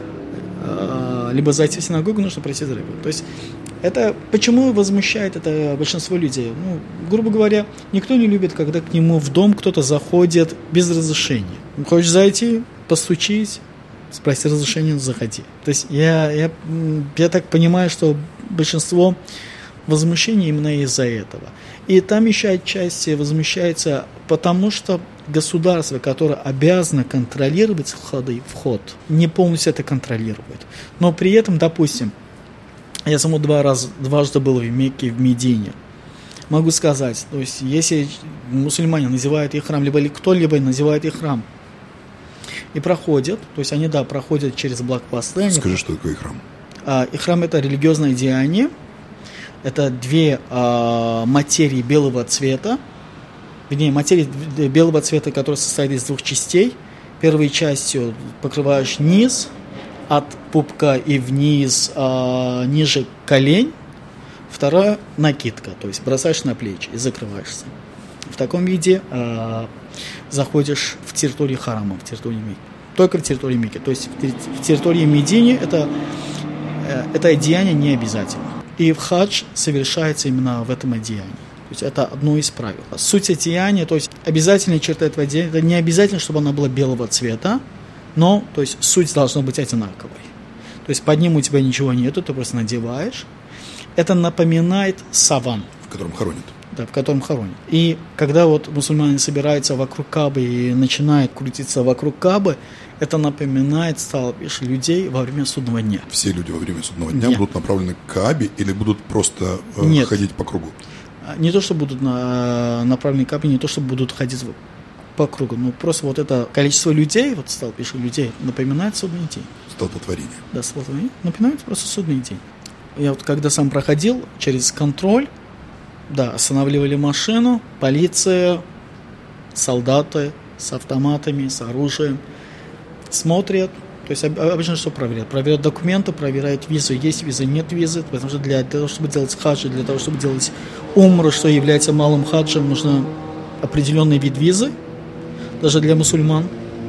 B: зайти в синагогу, нужно пройти за рыбу. То есть это почему возмущает это большинство людей? Ну, грубо говоря, никто не любит, когда к нему в дом кто-то заходит без разрешения. Хочешь зайти, постучись, спроси разрешение, заходи. То есть я так понимаю, что большинство возмущений именно из-за этого. И там еще отчасти возмущается, потому что государство, которое обязано контролировать вход, не полностью это контролирует. Но при этом, допустим, я сам дважды был в Мекке и в Медине. Могу сказать, то есть если мусульмане называют их храм, либо кто-либо называет их храм, и проходят, то есть они, да, проходят через блокпосты.
A: Скажи, что такое храм?
B: И храм – это религиозное деяние. Это две материи белого цвета. Вернее, материя белого цвета, которая состоит из двух частей. Первой частью покрываешь низ, от пупка и вниз, ниже колень. Вторая – накидка, то есть бросаешь на плечи и закрываешься. В таком виде заходишь в территорию харама, в территорию Мекки. Только в территории Мекки. То есть в территории Медини это одеяние не обязательно. И в хадж совершается именно в этом одеянии. То есть это одно из правил. Суть одеяния, то есть обязательная черта этого одеяния, это не обязательно, чтобы она была белого цвета, но то есть суть должна быть одинаковой. То есть под ним у тебя ничего нету, ты просто надеваешь. Это напоминает саван.
A: В котором хоронят.
B: Да, в котором хоронят. И когда вот мусульмане собираются вокруг Каабы и начинают крутиться вокруг Каабы, это напоминает столпиш людей во время судного дня.
A: Все люди во время судного дня будут направлены к Каабе или будут просто ходить по кругу?
B: Не то, что будут направлены к Каабе, не то, что будут ходить по кругу, но просто вот это количество людей, вот столпиш людей, напоминает судный день.
A: Столпотворение.
B: Да, столпотворение напоминает просто судный день. Я вот когда сам проходил через контроль, да, останавливали машину, полиция, солдаты с автоматами, с оружием, смотрят, то есть обычно что проверяют? Проверяют документы, проверяют визу, есть виза, нет визы, потому что для того, чтобы делать хаджи, для того, чтобы делать умру, что является малым хаджем, нужно определенный вид визы, даже для мусульман.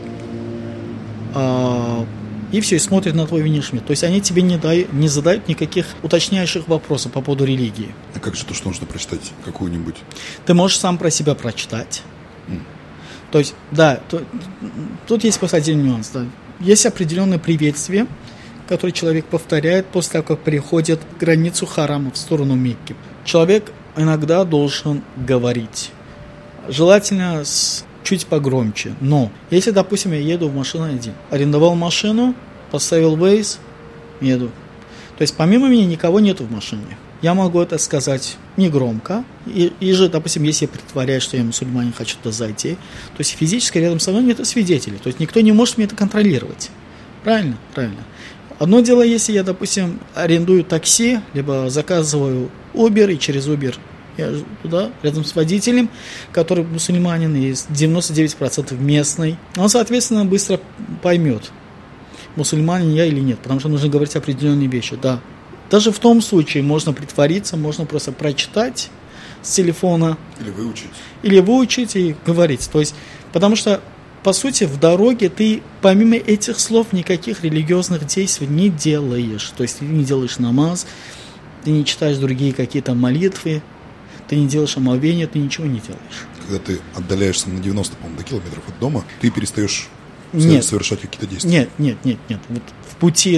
B: И все, и смотрят на твой внешний вид. То есть они тебе не задают никаких уточняющих вопросов по поводу религии.
A: А как же то, что нужно прочитать какую-нибудь?
B: Ты можешь сам про себя прочитать. То есть, да, тут есть просто один нюанс. Да. Есть определенное приветствие, которое человек повторяет после того, как переходит границу харама в сторону Мекки. Человек иногда должен говорить. Желательно чуть погромче. Но если, допустим, я еду в машину один, арендовал машину, поставил Waze, еду. То есть помимо меня никого нету в машине. Я могу это сказать негромко. И же, допустим, если я притворяюсь, что я мусульманин, хочу туда зайти, то есть физически рядом со мной нет свидетелей. То есть никто не может мне это контролировать. Правильно? Правильно. Одно дело, если я, допустим, арендую такси, либо заказываю Uber, и через Uber я туда, рядом с водителем, который мусульманин и 99% местный. Он, соответственно, быстро поймет, мусульманин я или нет, потому что нужно говорить определенные вещи. Да. Даже в том случае можно притвориться, можно просто прочитать с телефона. Или выучить и говорить. То есть, потому что, по сути, в дороге ты помимо этих слов никаких религиозных действий не делаешь. То есть ты не делаешь намаз, ты не читаешь другие какие-то молитвы, ты не делаешь омовение, ты ничего не делаешь.
A: Когда ты отдаляешься на 90, по-моему, до километров от дома, ты перестаешь совершать какие-то действия.
B: Нет. Вот в пути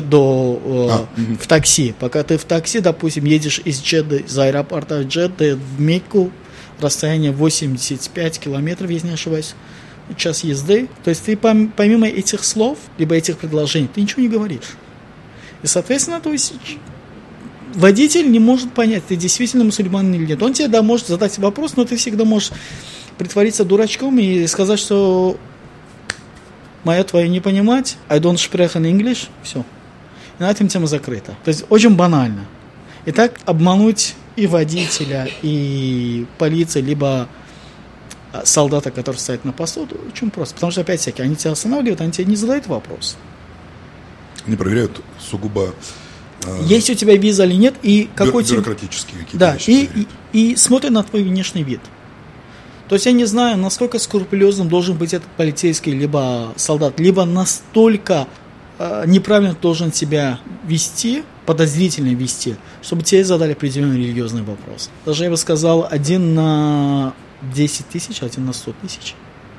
B: в такси. Пока ты в такси, допустим, едешь из Джедды, из аэропорта Джедды в Мекку, расстояние 85 километров, если не ошибаюсь, час езды. То есть ты помимо этих слов, либо этих предложений, ты ничего не говоришь. И, соответственно, то есть водитель не может понять, ты действительно мусульманин или нет. Он тебе, может задать вопрос, но ты всегда можешь притвориться дурачком и сказать, что мое твое не понимать, I don't sprechen English, все. И на этом тема закрыта. То есть очень банально. И так обмануть и водителя, и полицию, либо солдата, который стоит на посту, очень просто. Потому что, опять-таки, они тебя останавливают, они тебе не задают вопрос.
A: Они проверяют сугубо...
B: Есть у тебя виза или нет, и какой
A: бюрократические какие-то
B: вещи. И смотрят на твой внешний вид. То есть я не знаю, насколько скрупулезным должен быть этот полицейский, либо солдат, либо настолько неправильно должен себя вести, подозрительно вести, чтобы тебе задали определенный религиозный вопрос. Даже я бы сказал, 1 на 10 тысяч, 1 на 100 тысяч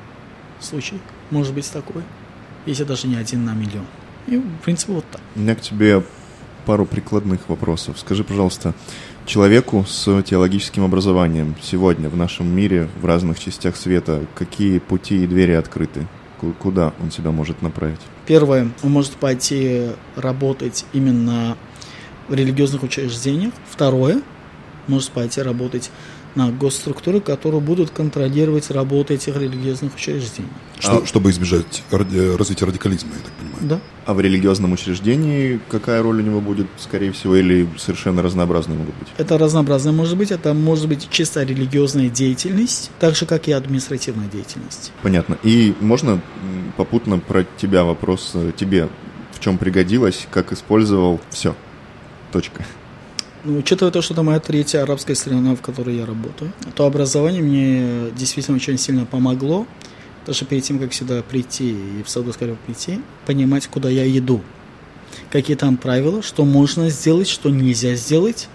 B: случай может быть такой, если даже не 1 на миллион. И в принципе вот так.
C: У меня к тебе пару прикладных вопросов. Скажи, пожалуйста, человеку с теологическим образованием сегодня в нашем мире, в разных частях света, какие пути и двери открыты? Куда он себя может направить?
B: Первое, он может пойти работать именно в религиозных учреждениях. Второе, может пойти работать на госструктуры, которые будут контролировать работу этих религиозных учреждений.
A: Чтобы избежать развития радикализма, я так понимаю.
B: Да.
C: А в религиозном учреждении какая роль у него будет, скорее всего, или совершенно разнообразные могут быть?
B: Это разнообразное может быть. Это может быть чисто религиозная деятельность, так же, как и административная деятельность.
C: Понятно. И можно попутно про тебя вопрос тебе, в чем пригодилось, как использовал, все, точка.
B: Учитывая то, что это моя третья арабская страна, в которой я работаю, то образование мне действительно очень сильно помогло. Даже перед тем, как сюда прийти и в Саудовскую Аравию прийти, понимать, куда я иду. Какие там правила, что можно сделать, что нельзя сделать,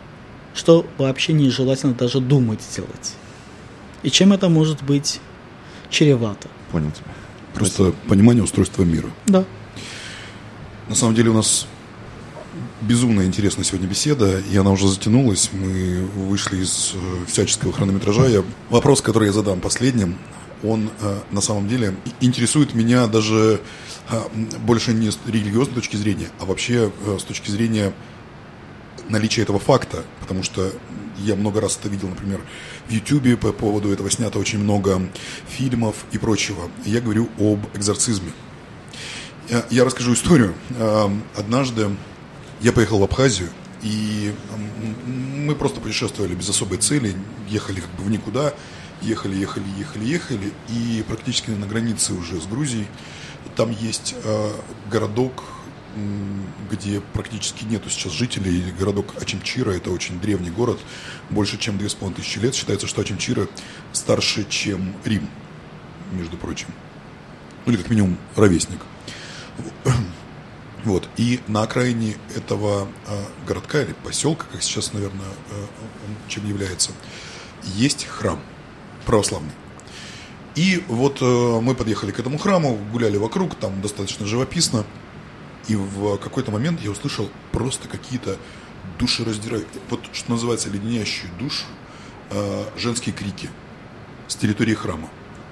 B: что вообще нежелательно даже думать сделать. И чем это может быть чревато.
C: Понял тебя.
A: Просто понимание устройства мира.
B: Да.
A: На самом деле у нас безумно интересная сегодня беседа, и она уже затянулась. Мы вышли из всяческого хронометража. Вопрос, который я задам последним, он на самом деле интересует меня даже больше не с религиозной точки зрения, а вообще с точки зрения наличия этого факта, потому что я много раз это видел, например, в YouTube, по поводу этого снято очень много фильмов и прочего. Я говорю об экзорцизме. Я расскажу историю. Однажды я поехал в Абхазию, и мы просто путешествовали без особой цели, ехали как бы в никуда, ехали, и практически на границе уже с Грузией. Там есть городок, где практически нету сейчас жителей, городок Очимчира, это очень древний город, больше чем 2500 лет. Считается, что Очимчира старше, чем Рим, между прочим. Или как минимум ровесник. Вот. И на окраине этого городка или поселка, как сейчас, наверное, он чем является, есть храм православный. И вот мы подъехали к этому храму, гуляли вокруг, там достаточно живописно. И в какой-то момент я услышал просто какие-то душераздирающие, вот что называется леденящие душу, женские крики с территории храма.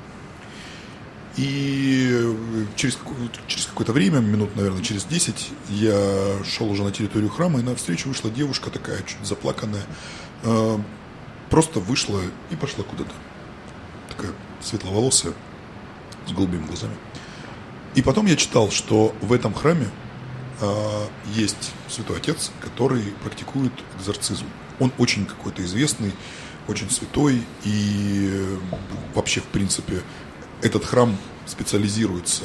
A: И через какое-то время, минут, наверное, через 10, я шел уже на территорию храма, и навстречу вышла девушка такая, чуть заплаканная, просто вышла и пошла куда-то. Такая светловолосая, с голубыми глазами. И потом я читал, что в этом храме есть святой отец, который практикует экзорцизм. Он очень какой-то известный, очень святой, и вообще, в принципе, этот храм специализируется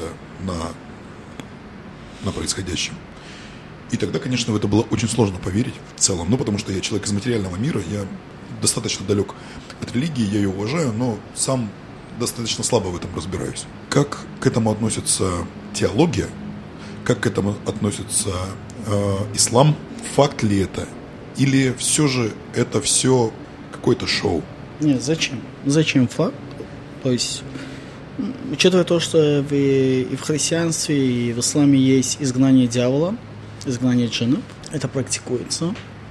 A: на происходящем. И тогда, конечно, в это было очень сложно поверить в целом, потому что я человек из материального мира, я достаточно далек от религии, я ее уважаю, но сам достаточно слабо в этом разбираюсь. Как к этому относится теология, как к этому относится ислам, факт ли это, или все же это все какое-то шоу?
B: Нет, зачем? Зачем факт? То есть, учитывая то, что и в христианстве, и в исламе есть изгнание дьявола, изгнание джиннов, это практикуется.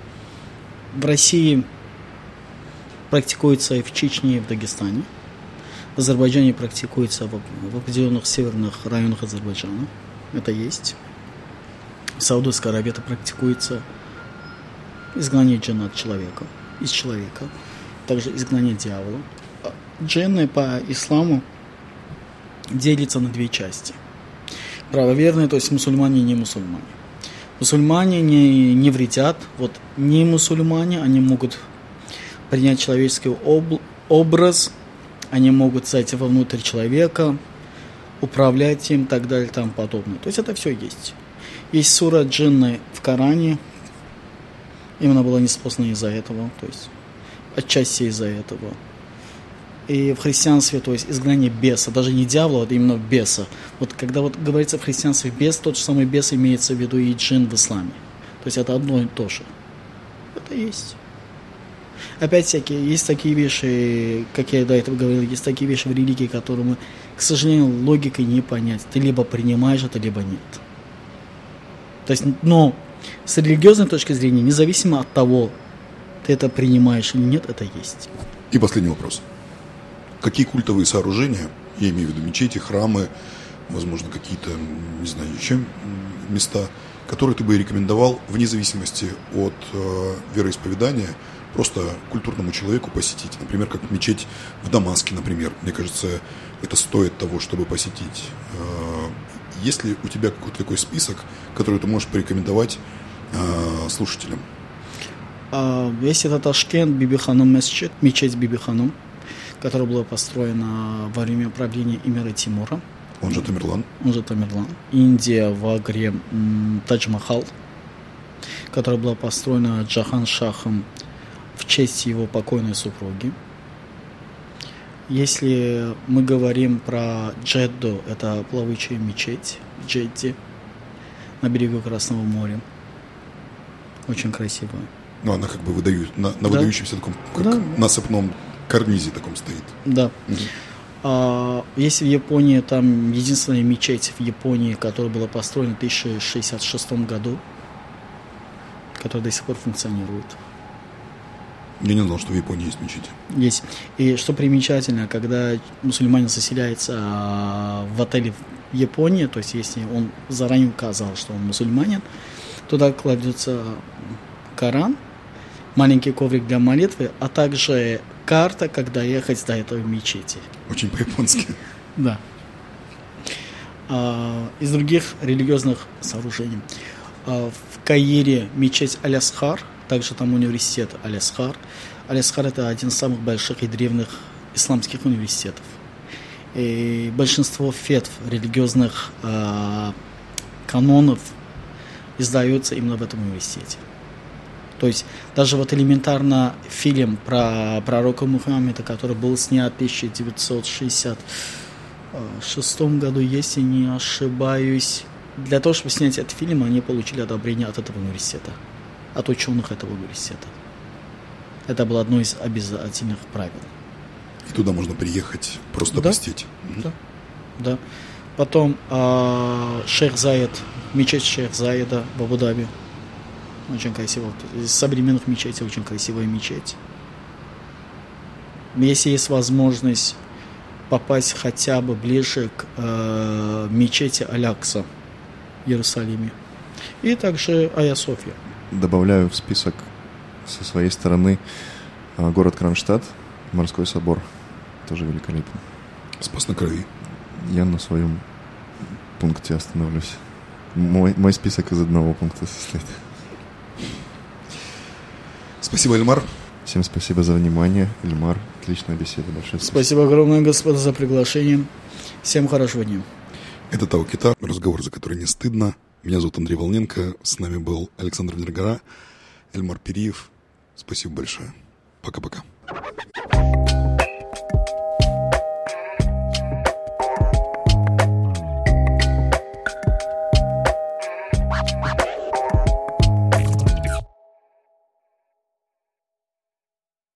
B: В России практикуется и в Чечне, и в Дагестане. В Азербайджане практикуется в определенных северных районах Азербайджана. Это есть. В Саудовской Аравии это практикуется. Изгнание джинна от человека, из человека. Также изгнание дьявола. Джинны по исламу делятся на две части. Правоверные, то есть мусульмане и не мусульмане. Мусульмане не вредят. Вот не мусульмане, они могут принять человеческий образ, они могут зайти вовнутрь человека, управлять им и так далее и тому подобное. То есть это все есть. Есть сура джинны в Коране, именно была неспослана из-за этого, то есть отчасти из-за этого. И в христианстве, то есть изгнание беса, даже не дьявола, а именно беса. Вот когда вот говорится в христианстве бес, тот же самый бес имеется в виду и джин в исламе. То есть это одно и то же. Это есть. Опять-таки, есть такие вещи, как я до этого говорил, есть такие вещи в религии, которые мы, к сожалению, логикой не понять. Ты либо принимаешь это, либо нет. То есть, но с религиозной точки зрения, независимо от того, ты это принимаешь или нет, это есть.
A: И последний вопрос. Какие культовые сооружения, я имею в виду мечети, храмы, возможно, какие-то, не знаю, еще места, которые ты бы рекомендовал вне зависимости от вероисповедания, просто культурному человеку посетить? Например, как мечеть в Дамаске, например. Мне кажется, это стоит того, чтобы посетить. Есть ли у тебя какой-то такой список, который ты можешь порекомендовать слушателям?
B: Есть это Ташкент, Биби-Ханум Месчит, мечеть Биби-Ханум, которая была построена во время правления эмира Тимура.
A: Он же Тамерлан.
B: Индия, в Агре, Тадж-Махал, которая была построена Джахан-Шахом в честь его покойной супруги. Если мы говорим про Джедду, это плавучая мечеть в Джедде на берегу Красного моря. Очень красивая.
A: Ну, она как бы на выдающемся таком, как насыпном карнизе таком стоит.
B: Да. Если в Японии, там единственная мечеть в Японии, которая была построена в 1066 году, которая до сих пор функционирует.
A: Я не знал, что в Японии есть мечети.
B: Есть. И что примечательно, когда мусульманин заселяется в отеле в Японии, то есть если он заранее указал, что он мусульманин, туда кладется Коран, маленький коврик для молитвы, а также карта, когда ехать до этого мечети.
A: Очень по-японски.
B: Да. Из других религиозных сооружений. В Каире мечеть Аль-Асхар, также там университет Аль-Асхар. Аль-Асхар – это один из самых больших и древних исламских университетов. И большинство фетв, религиозных канонов издаются именно в этом университете. То есть даже вот элементарно фильм про пророка Мухаммеда, который был снят в 1966 году, если не ошибаюсь, для того, чтобы снять этот фильм, они получили одобрение от этого университета, от ученых этого университета. Это было одно из обязательных правил.
A: И туда можно приехать, просто посетить.
B: Да, да. Потом Шейх Заид, мечеть Шейх Заида в Абу-Даби. Очень красиво. Из современных мечетей очень красивая мечеть. Если есть возможность попасть хотя бы ближе к мечети Аль-Акса в Иерусалиме. И также Айя София.
C: Добавляю в список со своей стороны город Кронштадт, морской собор. Тоже великолепно.
A: Спас на крови.
C: Я на своем пункте остановлюсь. Мой список из одного пункта состоит.
A: Спасибо, Эльмар.
C: Всем спасибо за внимание. Эльмар, отличная беседа. Большое
B: спасибо огромное, господа, за приглашение. Всем хорошего дня.
A: Это Таукита, разговор, за который не стыдно. Меня зовут Андрей Волненко. С нами был Александр Виногора, Эльмар Периев. Спасибо большое. Пока-пока.